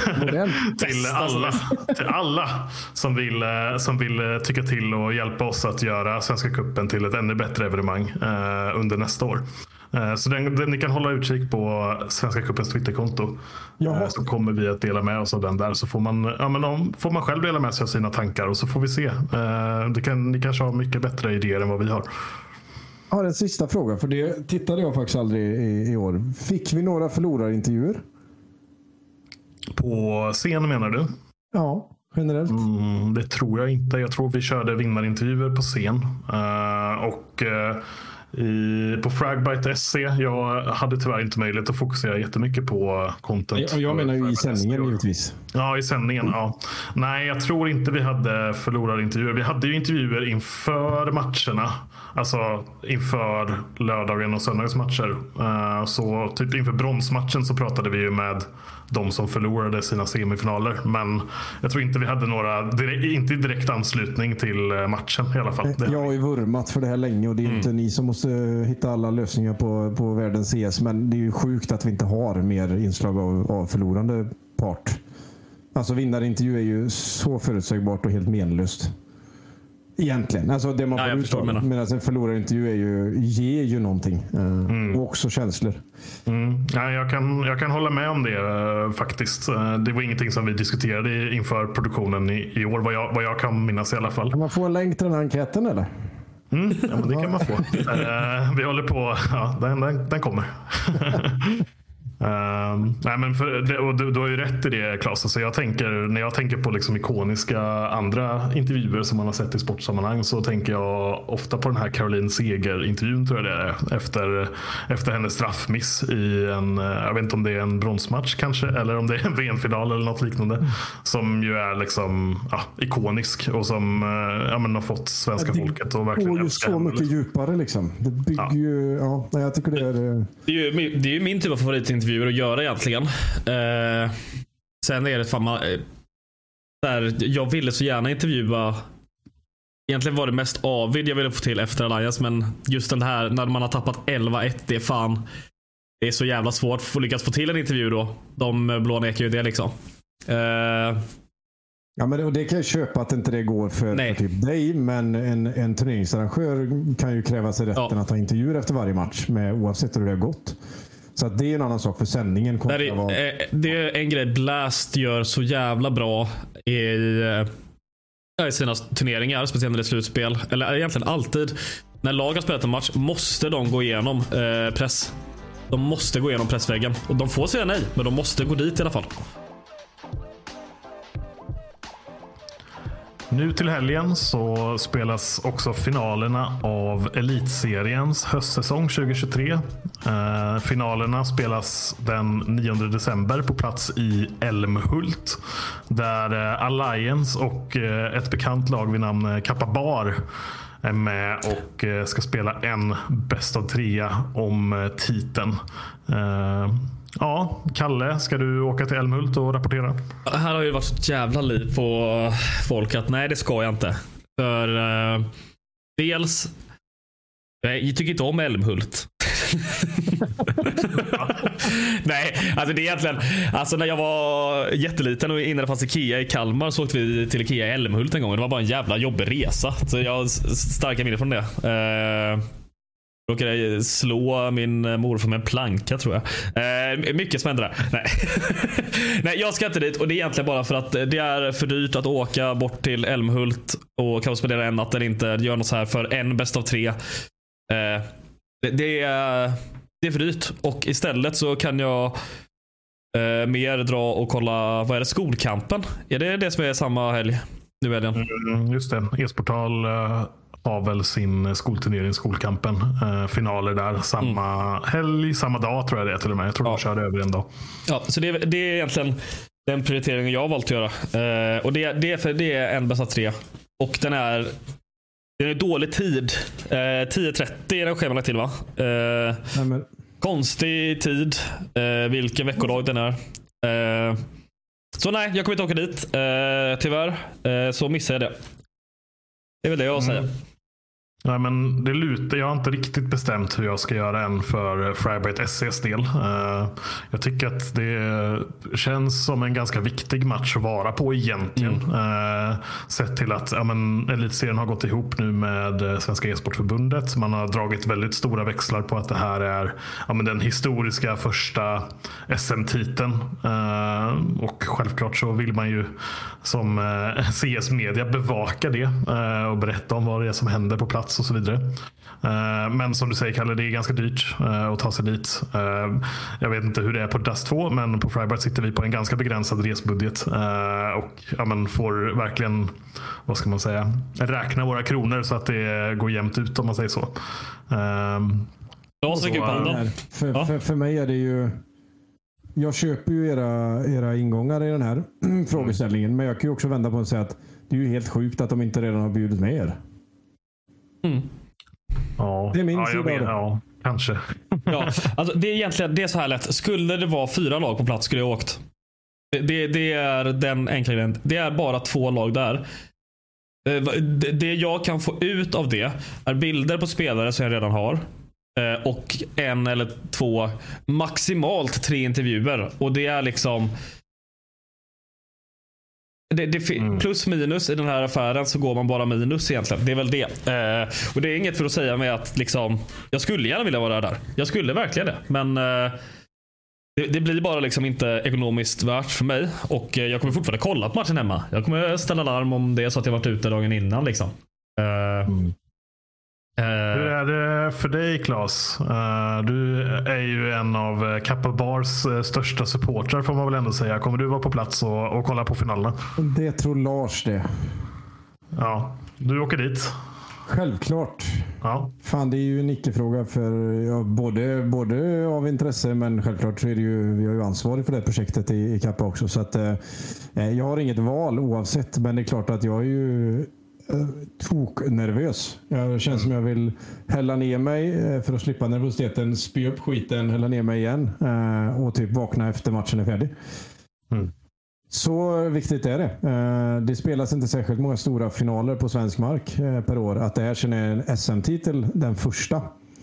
till alla, till alla som vill, eh, som vill eh, tycka till och hjälpa oss att göra Svenska Cupen till ett ännu bättre evenemang eh, under nästa år. Så den, den, ni kan hålla utkik på Svenska Cupens Twitterkonto. Jaha. Så kommer vi att dela med oss av den där. Så får man, ja, men om, får man själv dela med sig av sina tankar och så får vi se. Det kan, ni kanske har mycket bättre idéer än vad vi har. Jag har en sista fråga, för det tittade jag faktiskt aldrig i, i år. Fick vi några förlorarintervjuer? På scen menar du? Ja. generellt? Mm, det tror jag inte. Jag tror vi körde vinnarintervjuer på scen. Uh, och uh, i, på Fragbite punkt se. Jag hade tyvärr inte möjlighet att fokusera jättemycket på content. Jag, jag menar ju i sändningen givetvis. Ja, i sändningen. Ja. Nej, jag tror inte vi hade förlorarintervjuer. Vi hade ju intervjuer inför matcherna. Alltså inför lördagen och söndagens matcher. Uh, så typ inför bronsmatchen så pratade vi ju med de som förlorade sina semifinaler. Men jag tror inte vi hade några direkt, inte direkt anslutning till matchen i alla fall. Jag har ju vurmat för det här länge och det är mm. inte ni som måste hitta alla lösningar på, på världens C S. Men det är ju sjukt att vi inte har mer inslag av, av förlorande part. Alltså vinnarintervju är ju så förutsägbart och helt menlöst. Egentligen. Alltså det man ja, får ut medan en förlorarintervju är ju, ger ju någonting. Mm. Och också känslor. Mm. Ja, jag, kan, jag kan hålla med om det uh, faktiskt. Uh, det var ingenting som vi diskuterade inför produktionen i, i år. Vad jag, vad jag kan minnas i alla fall. Kan man få en länk till den här enkäten eller? Mm, ja, men det kan man få. uh, vi håller på. Ja, den, den, den kommer. Uh, nej men för, och du, du har ju rätt i det, Claes. Alltså jag tänker, när jag tänker på liksom ikoniska andra intervjuer som man har sett i sportsammanhang, så tänker jag ofta på den här Caroline Seger-intervjun, tror jag det är, efter, efter hennes straffmiss i en, jag vet inte om det är en bronsmatch kanske, eller om det är en V M-final eller något liknande, som ju är liksom ja, ikonisk och som ja, men har fått svenska det folket att verkligen älska. Det går ju så mycket liksom. Djupare liksom. Det bygger ja. ju, ja, jag tycker det är det. Det är ju, det är ju min typ av favoritintervju att göra egentligen. Eh, sen är det fan man, eh, där jag ville så gärna intervjua. Egentligen var det mest Avid jag ville få till efter Alliance, men just den här när man har tappat elva ett, det är fan det är så jävla svårt att få lyckas få till en intervju då. De blå nekar ju det liksom. Eh, Ja, men det, och det kan jag köpa att inte det går för, för typ dig, men en, en turneringsarrangör kan ju kräva sig rätten ja. att ta intervjuer efter varje match med, oavsett hur det har gått. Så att det är en annan sak för sändningen. Det är, vara... det är en grej Blast gör så jävla bra i, i sina turneringar, speciellt när det är slutspel. Eller egentligen alltid. När lag har spelat en match måste de gå igenom eh, press. De måste gå igenom pressväggen. Och de får säga nej, men de måste gå dit i alla fall. Nu till helgen så spelas också finalerna av Elitseriens höstsäsong tjugo tjugotre. Eh, finalerna spelas den nionde december på plats i Älmhult, där eh, Alliance och eh, ett bekant lag vid namn Kappa Bar är med och eh, ska spela en bäst av trea om eh, titeln. Eh, Ja, Kalle, ska du åka till Älmhult och rapportera? Här har ju varit så jävla liv på folk att nej, det ska jag inte. För uh, dels jag tycker inte om Älmhult. Nej, alltså det är egentligen alltså när jag var jätteliten och innan det fanns Ikea i Kalmar så åkte vi till Ikea i Älmhult en gång. Det var bara en jävla jobbig resa. Så jag har starka minnen från det. Uh, Jag råkade slå min morfar med en planka, tror jag. Eh, mycket som händer där. Nej. Nej, jag ska inte dit. Och det är egentligen bara för att det är för dyrt att åka bort till Älmhult och kanske spendera en natt eller inte. Gör något så här för en bäst av tre. Eh, det, det, är, det är för dyrt. Och istället så kan jag eh, mer dra och kolla, vad är det, Skolkampen? Är det det som är samma helg? Nu är det. Mm, just det. E-sportal uh... har väl sin skolturnering, Skolkampen. Eh, finaler där samma mm. helg, samma dag tror jag det är till och med. Jag tror ja. de körde över en dag. Ja, så det är, det är egentligen den prioriteringen jag har valt att göra. Eh, och det, det, är för, det är en bästa tre. Och den är den är dålig tid. Eh, tio trettio är den schemalagt till, va? Eh, Nej, men... Konstig tid. Eh, vilken veckodag den är. Eh, så nej, jag kommer inte åka dit. Eh, tyvärr. Eh, så missar jag det. Det är väl det jag säger. Mm. Nej, men det lutar. Jag har inte riktigt bestämt hur jag ska göra än för Fragbite punkt se:s del. Uh, jag tycker att det känns som en ganska viktig match att vara på egentligen. Mm. Uh, sett till att ja, men, Elitserien har gått ihop nu med Svenska e-sportförbundet. Man har dragit väldigt stora växlar på att det här är ja, men den historiska första S M-titeln. Uh, och självklart så vill man ju som uh, C S-media bevaka det uh, och berätta om vad det är som händer på plats. plats och så vidare. Men som du säger, Kalle, det är ganska dyrt att ta sig dit. Jag vet inte hur det är på Dust två, men på Friberg sitter vi på en ganska begränsad resbudget och ja, men får verkligen, vad ska man säga, räkna våra kronor så att det går jämnt ut, om man säger så. Ja, så, för, ja. för, för mig är det ju, jag köper ju era, era ingångar i den här frågeställningen, men jag kan ju också vända på och säga att det är ju helt sjukt att de inte redan har bjudit med er. Mm. Ja, det är min ja, sida. Men, ja, kanske. Ja, alltså det är egentligen det är så här lätt. Skulle det vara fyra lag på plats skulle jag åkt. Det, det, det är den enkla grejen. Det är bara två lag där. Det, det jag kan få ut av det är bilder på spelare som jag redan har. Och en eller två, maximalt tre intervjuer. Och det är liksom det, det, mm. plus minus i den här affären så går man bara minus egentligen. Det är väl det. Eh, och det är inget för att säga med att liksom, jag skulle gärna vilja vara där. Jag skulle verkligen det. Men eh, det, det blir bara liksom inte ekonomiskt värt för mig. Och eh, jag kommer fortfarande kolla på matchen hemma. Jag kommer ställa larm om det är så att jag varit ute dagen innan liksom. Eh, mm. Hur är det för dig, Claes? Du är ju en av Kappa Bars största supportrar, får man väl ändå säga. Kommer du vara på plats och, och kolla på finalerna? Det tror Lars det. Ja, du åker dit. Självklart. Ja. Fan, det är ju en icke-fråga för ja, både, både av intresse, men självklart så är det ju, vi har ju ansvarig för det projektet i, i Kappa också. Så att eh, jag har inget val oavsett, men det är klart att jag är ju tok nervös. Jag känns som jag vill hälla ner mig för att slippa nervositeten, spy upp skiten, hälla ner mig igen och typ vakna efter matchen är färdig. Mm. Så viktigt är det. Det spelas inte särskilt många stora finaler på svensk mark per år. Att det här sen är en S M-titel, den första.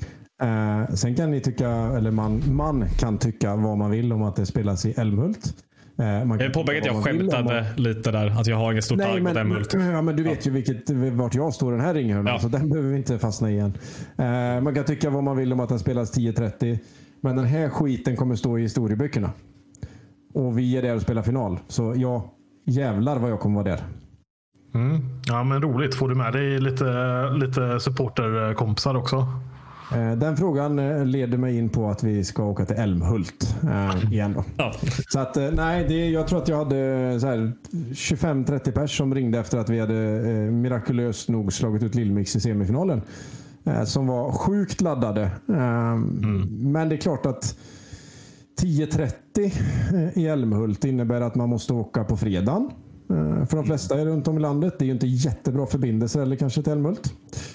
Sen kan ni tycka, eller man, man kan tycka vad man vill om att det spelas i Älmhult. Man jag påpekar att jag skämtade man... lite där. Att jag har inget stort Nej, arg men, på Älmhult. Ja, men du vet ju vilket, vart jag står den här ringen. Ja. Så den behöver vi inte fastna igen. Eh, man kan tycka vad man vill om att den spelas tio trettio. Men den här skiten kommer stå i historieböckerna. Och vi är där och spelar final. Så ja, jävlar vad jag kommer vara där. Mm. Ja, men roligt. Får du med dig lite, lite supporterkompisar också? Den frågan leder mig in på att vi ska åka till Älmhult äh, igen då. Ja. Så att nej, det, jag tror att jag hade så här tjugofem trettio pers som ringde efter att vi hade eh, mirakulöst nog slagit ut Lillmix i semifinalen. Eh, som var sjukt laddade. Eh, mm. Men det är klart att tio trettio i Älmhult innebär att man måste åka på fredagen. Eh, för de flesta är runt om i landet. Det är ju inte jättebra förbindelser eller kanske till Älmhult.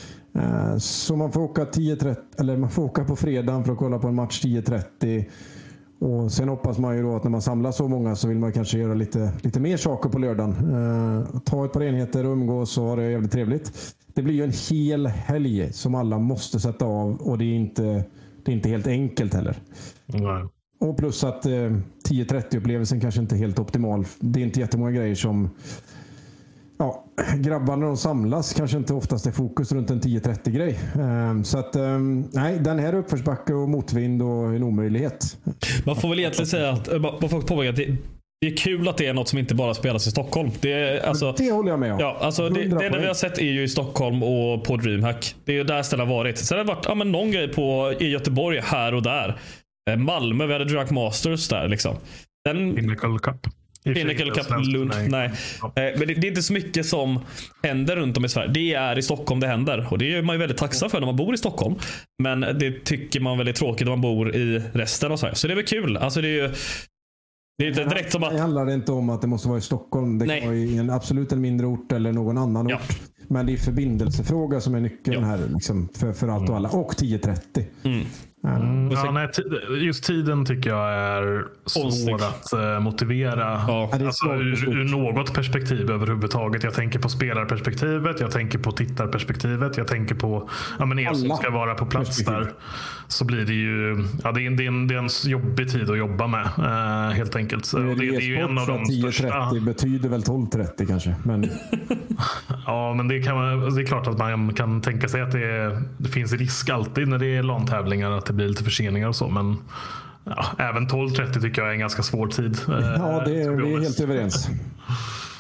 Så man får åka tio trettio eller man får åka på fredagen för att kolla på en match tio trettio. Och sen hoppas man ju då att när man samlar så många så vill man kanske göra lite, lite mer saker på lördagen. Uh, ta ett par enheter och umgås och ha det jävligt trevligt. Det blir ju en hel helg som alla måste sätta av och det är inte, det är inte helt enkelt heller. Nej. Och plus att uh, tio trettio-upplevelsen kanske inte är helt optimal. Det är inte jättemånga grejer som... Ja, grabbarna när de samlas kanske inte oftast är fokus runt en tio trettio grej. Um, så att um, nej, den här är uppförsbacke och motvind och en omöjlighet. Man får väl egentligen säga att man får påpeka att det, det är kul att det är något som inte bara spelas i Stockholm. Det, är, alltså, det håller jag med om. Ja, alltså det, det enda vi har sett är ju i Stockholm och på DreamHack. Det är ju där stället har varit. Sen har det varit ja, men någon grej på, i Göteborg här och där. Malmö, vi hade Drag Masters där liksom. Den, Pinnacle Cup. Pinnacle Cup Lund, nej. nej. Ja. Men det, det är inte så mycket som händer runt om i Sverige. Det är i Stockholm det händer. Och det är man ju väldigt tacksam för när man bor i Stockholm. Men det tycker man väldigt tråkigt när man bor i resten av Sverige. Så det är väl kul. Alltså det är ju det är inte direkt som att... Det handlar inte om att det måste vara i Stockholm. Det kan vara i en absolut en mindre ort eller någon annan ja. ort. Men det är förbindelsefråga som är nyckeln ja. här liksom, för, för allt och alla. Och tio trettio. Mm. Mm, ja, nej, just tiden tycker jag är svår att uh, motivera ja. alltså, ur, ur något perspektiv överhuvudtaget. Jag tänker på spelarperspektivet, jag tänker på tittarperspektivet, jag tänker på ja, men er som ska vara på plats där. Så blir det ju ja, det är, en, det är, en, det är en jobbig tid att jobba med uh, helt enkelt. Så, det, det, det är ju en av de tio trettio största... betyder väl tolv trettio kanske. Men... ja, men det, kan man, det är klart att man kan tänka sig att det, är, det finns risk alltid när det är LAN-tävlingar att det blir lite förseningar och så, men ja, även tolv trettio tycker jag är en ganska svår tid. Ja, det är, vi är helt överens.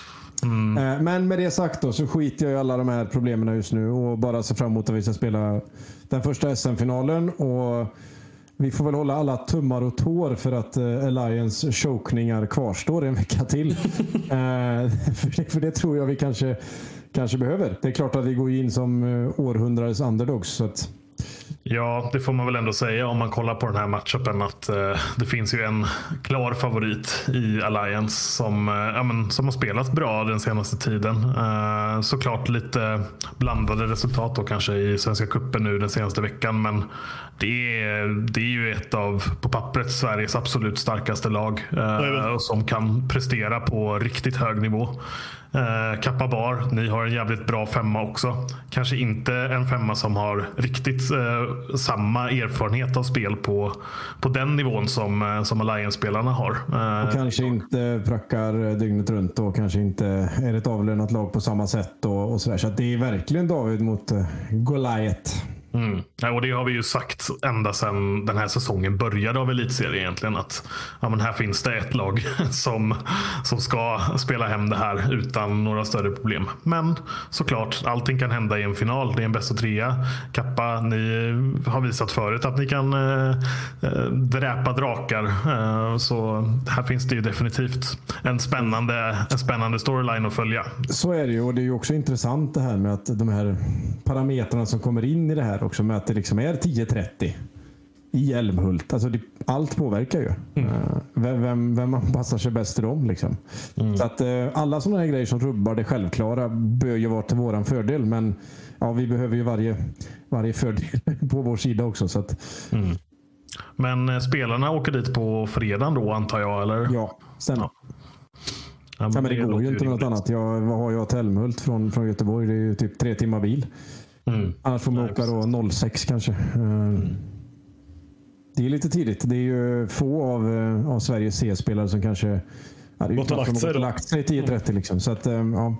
Mm. Men med det sagt då, så skiter jag i alla de här problemen just nu och bara ser fram emot att vi ska spela den första S M-finalen. Och vi får väl hålla alla tummar och tår för att Alliance chokningar kvarstår en vecka till. för, det, för det tror jag vi kanske, kanske behöver. Det är klart att vi går in som århundradets underdogs, så att... Ja, det får man väl ändå säga om man kollar på den här matchupen att eh, det finns ju en klar favorit i Alliance som, eh, ja, men, som har spelat bra den senaste tiden. Eh, såklart lite blandade resultat då kanske i Svenska cupen nu den senaste veckan, men det är, det är ju ett av, på pappret, Sveriges absolut starkaste lag eh, och som kan prestera på riktigt hög nivå. Eh, Kappa Bar, ni har en jävligt bra femma också. Kanske inte en femma som har riktigt eh, samma erfarenhet av spel på, på den nivån som, eh, som Alliance-spelarna har. Eh, och kanske inte prackar dygnet runt och kanske inte är ett avlönat lag på samma sätt och, och sådär. Så att det är verkligen David mot eh, Goliath. Mm. Ja, och det har vi ju sagt ända sedan den här säsongen började av Elitserien egentligen, att ja, men här finns det ett lag som, som ska spela hem det här utan några större problem. Men såklart, allting kan hända i en final. Det är en bäst och trea. Kappa, ni har visat förut att ni kan äh, dräpa drakar. Äh, så här finns det ju definitivt en spännande, en spännande storyline att följa. Så är det ju, och det är ju också intressant det här med att de här parametrarna som kommer in i det här också, med att det liksom är tio trettio i Älmhult. Alltså det, allt påverkar ju. Mm. Uh, vem, vem, vem man passar sig bäst till dem liksom. Mm. Så att uh, alla sådana här grejer som rubbar det självklara bör ju vara till våran fördel, men ja, vi behöver ju varje, varje fördel på vår sida också. Så att... mm. Men uh, spelarna åker dit på fredagen då, antar jag, eller? Ja, stämmer. Ja. Ja, men, ja, men det, det går ju inte något annat. Jag, vad har jag till Älmhult från, från Göteborg? Det är ju typ tre timmar bil. Mm. Annars får man Nej, åka då noll sex kanske. Mm. Det är lite tidigt. Det är ju få av, av Sveriges C-spelare som kanske har lagt sig tio trettio liksom. Så att, ja.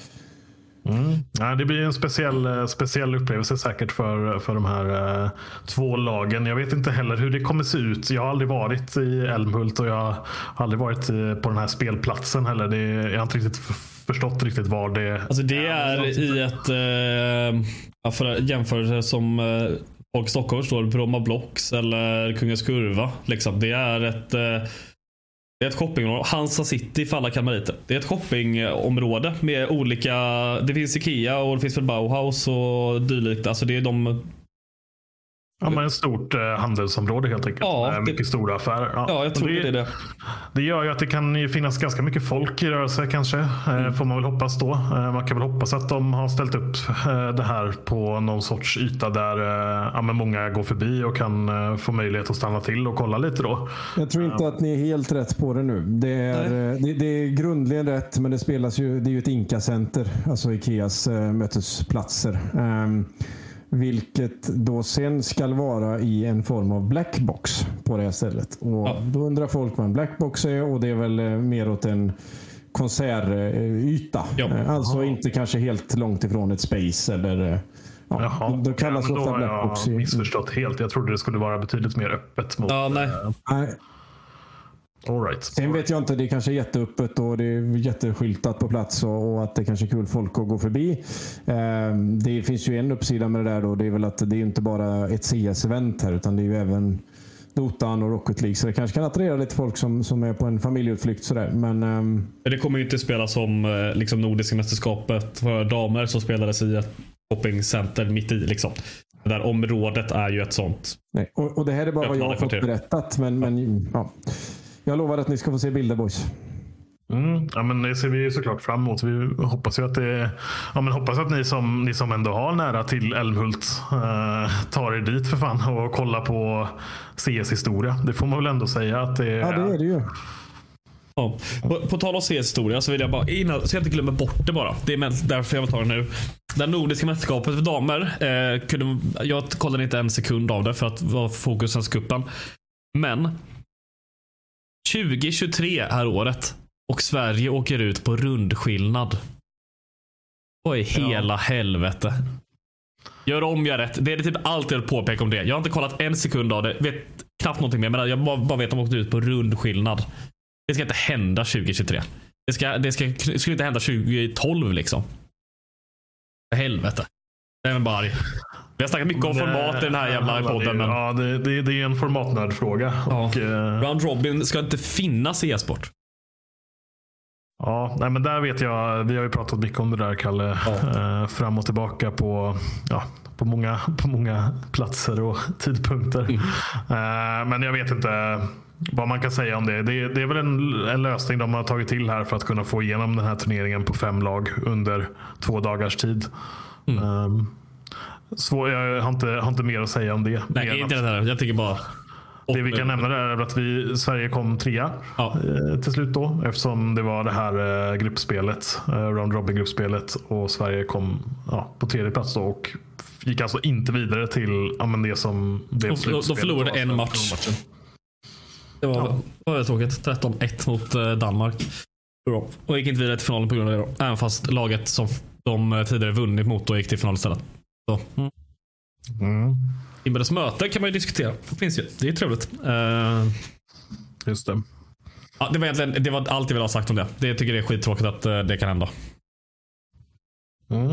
Mm. Ja, det blir en speciell, speciell upplevelse säkert för, för de här uh, två lagen. Jag vet inte heller hur det kommer se ut. Jag har aldrig varit i Älmhult och jag har aldrig varit i, på den här spelplatsen heller. Det, jag har inte riktigt förstått riktigt var det alltså det är. I ett uh, för jämförelse som uh, folk i Stockholm står Bromma Blocks eller Kungens Kurva. Liksom. Det är ett... Uh, Det är ett shoppingområde. Hansa City för alla kalmariter. Det är ett shoppingområde med olika... Det finns Ikea och det finns väl Bauhaus och dylikt. Alltså det är de... Ja, men ett stort eh, handelsområde helt enkelt. Ja, med det... mycket stora affärer. Ja, ja jag tror det, det är det. Det gör ju att det kan ju finnas ganska mycket folk i rörelse kanske. Mm. Eh, får man väl hoppas då. Eh, man kan väl hoppas att de har ställt upp eh, det här på någon sorts yta där eh, ja, men många går förbi och kan eh, få möjlighet att stanna till och kolla lite då. Jag tror inte att ni är helt rätt på det nu. Det är, det, det är grundligen rätt, men det spelas ju, det är ju ett Inka-center. Alltså Ikeas eh, mötesplatser. Um, Vilket då sen ska vara i en form av blackbox på det här stället. Och ja. Då undrar folk vad en blackbox är, och det är väl mer åt en konsertyta. Ja. Alltså Aha. inte kanske helt långt ifrån ett space eller... Ja, Jaha. Då kallas ja, ofta blackbox. Jag har missförstått helt. Jag trodde det skulle vara betydligt mer öppet mot... Ja, nej. nej. All right. Sen vet jag inte, det är kanske jätteöppet och det är jätteskyltat på plats och, och att det kanske är kul folk att gå förbi. Eh, det finns ju en uppsida med det där då, det är väl att det är inte bara ett C S-event här, utan det är ju även Dotan och Rocket League, så det kanske kan attrahera lite folk som, som är på en familjeutflykt sådär. Men, ehm... det kommer ju inte spela som liksom Nordiska mästerskapet för damer som spelades i ett shoppingcenter mitt i liksom. Det där området är ju ett sånt. Nej, och, och det här är bara vad jag har fått berättat, men, men ja. Jag lovar att ni ska få se bilder, boys. Mm, ja, men det ser vi såklart fram emot. Vi hoppas ju att det, ja, men hoppas att ni som, ni som ändå har nära till Älmhult eh, tar er dit för fan och kollar på C S-historia. Det får man väl ändå säga att det är... Ja, det är det ju. Ja. På, på tal om C S-historia så vill jag bara, innan, så jag inte glömmer bort det bara. Det är därför jag vill ta det nu. Det nordiska mästerskapet för damer eh, kunde, jag kollade inte en sekund av det för att vara fokusen skuppen. Men tjugo tjugotre är året och Sverige åker ut på rundskillnad. Oj, hela ja. helvete. Gör om jag rätt. Det är typ allt jag påpekar om det. Jag har inte kollat en sekund av det. Vet knappt någonting mer, men jag bara, bara vet att de åkte ut på rundskillnad. Det ska inte hända tjugo tjugotre. Det, ska, det ska, det skulle inte hända tjugo tolv liksom. För helvete. Det är en bara arg. Vi har snackat mycket om format i den här jävla podden. Men... Ja, det, det, det är en formatnördfråga. Ja. Och, eh... Round Robin ska inte finnas i e-sport. Ja, nej, men där vet jag, vi har ju pratat mycket om det där, Kalle, ja. eh, fram och tillbaka på, ja, på, många, på många platser och tidpunkter. Mm. Eh, men jag vet inte vad man kan säga om det. Det, det är väl en, en lösning de har tagit till här för att kunna få igenom den här turneringen på fem lag under två dagars tid. Mm. Eh, så jag har inte, har inte mer att säga om det. Nej, inte det där. Jag tycker bara... Det vi kan nämna är att vi, Sverige kom trea ja. eh, till slut då, eftersom det var det här eh, gruppspelet, eh, Round Robin-gruppspelet, och Sverige kom ja, på tredje plats då och gick alltså inte vidare till ja, men det som blev slutspelet. De förlorade en match. Matchen. Det var, ja. var tråkigt. tretton ett mot eh, Danmark. Och gick inte vidare till finalen på grund av det då. Även fast laget som de tidigare vunnit mot då gick till final istället. Så. Mm. Mm. Inbördes möte kan man ju diskutera. Det finns ju. Det är trevligt. Uh, Just det. Ja, det var egentligen det var allt jag ville ha sagt om det. Det tycker jag är skittråkigt att uh, det kan hända. Mm.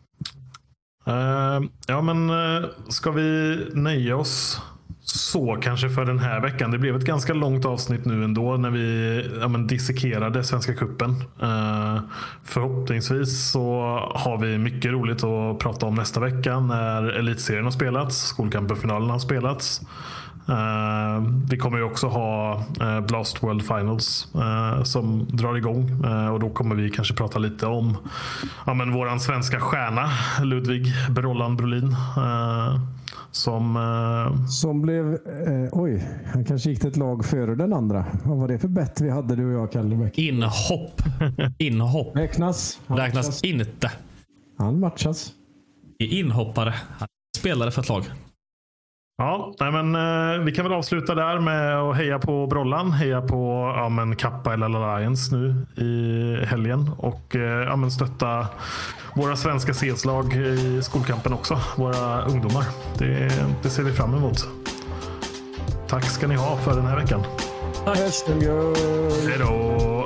Uh, ja, men uh, ska vi nöja oss så kanske för den här veckan? Det blev ett ganska långt avsnitt nu ändå när vi ja, men dissekerade Svenska Cupen. Uh, förhoppningsvis så har vi mycket roligt att prata om nästa vecka när elitserien har spelats, skolkampenfinalen har spelats. Uh, vi kommer ju också ha uh, Blast World Finals uh, som drar igång uh, och då kommer vi kanske prata lite om ja, men våran svenska stjärna Ludvig Brollan Brolin uh, som uh... som blev eh, oj, han kanske gick till ett lag före den andra. Vad var det för bett vi hade, du och jag, Kalle Bäck? Inhopp. Inhopp. Räknas. Han Räknas matchas. Inte. Han matchas. I inhoppare. Han spelade för ett lag. Ja, nej men, eh, vi kan väl avsluta där med att heja på Brollan, heja på ja, men Kappa eller Alliance nu i helgen och eh, ja, men stötta våra svenska C S-lag i skolkampen också, våra ungdomar. Det, det ser vi fram emot. Tack ska ni ha för den här veckan. Tack. Hej då!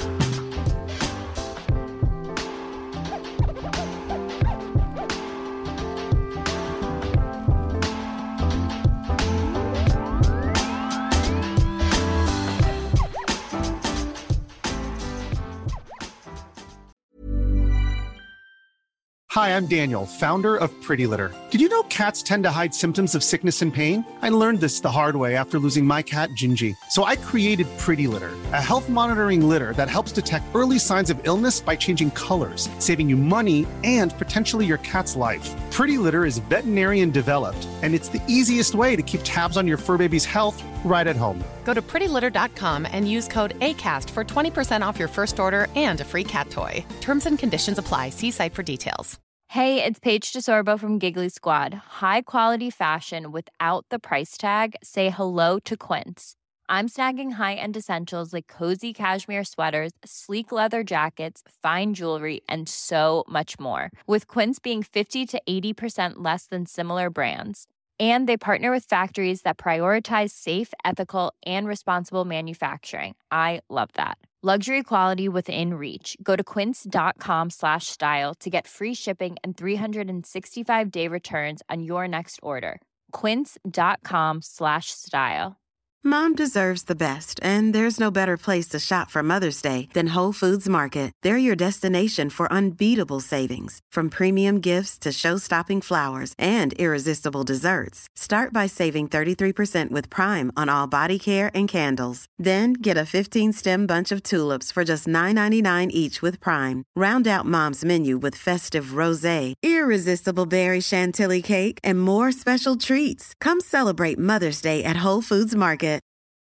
Hi, I'm Daniel, founder of Pretty Litter. Did you know cats tend to hide symptoms of sickness and pain? I learned this the hard way after losing my cat, Gingy. So I created Pretty Litter, a health monitoring litter that helps detect early signs of illness by changing colors, saving you money and potentially your cat's life. Pretty Litter is veterinarian developed, and it's the easiest way to keep tabs on your fur baby's health right at home. Go to pretty litter dot com and use code ACAST for twenty percent off your first order and a free cat toy. Terms and conditions apply. See site for details. Hey, it's Paige DeSorbo from Giggly Squad. High quality fashion without the price tag. Say hello to Quince. I'm snagging high-end essentials like cozy cashmere sweaters, sleek leather jackets, fine jewelry, and so much more. With Quince being fifty to eighty percent less than similar brands. And they partner with factories that prioritize safe, ethical, and responsible manufacturing. I love that. Luxury quality within reach. Go to quince dot com slash style to get free shipping and three sixty-five day returns on your next order. quince dot com slash style. Mom deserves the best, and there's no better place to shop for Mother's Day than Whole Foods Market. They're your destination for unbeatable savings, from premium gifts to show-stopping flowers and irresistible desserts. Start by saving thirty-three percent with Prime on all body care and candles. Then get a fifteen-stem bunch of tulips for just nine ninety-nine each with Prime. Round out Mom's menu with festive rosé, irresistible berry chantilly cake, and more special treats. Come celebrate Mother's Day at Whole Foods Market.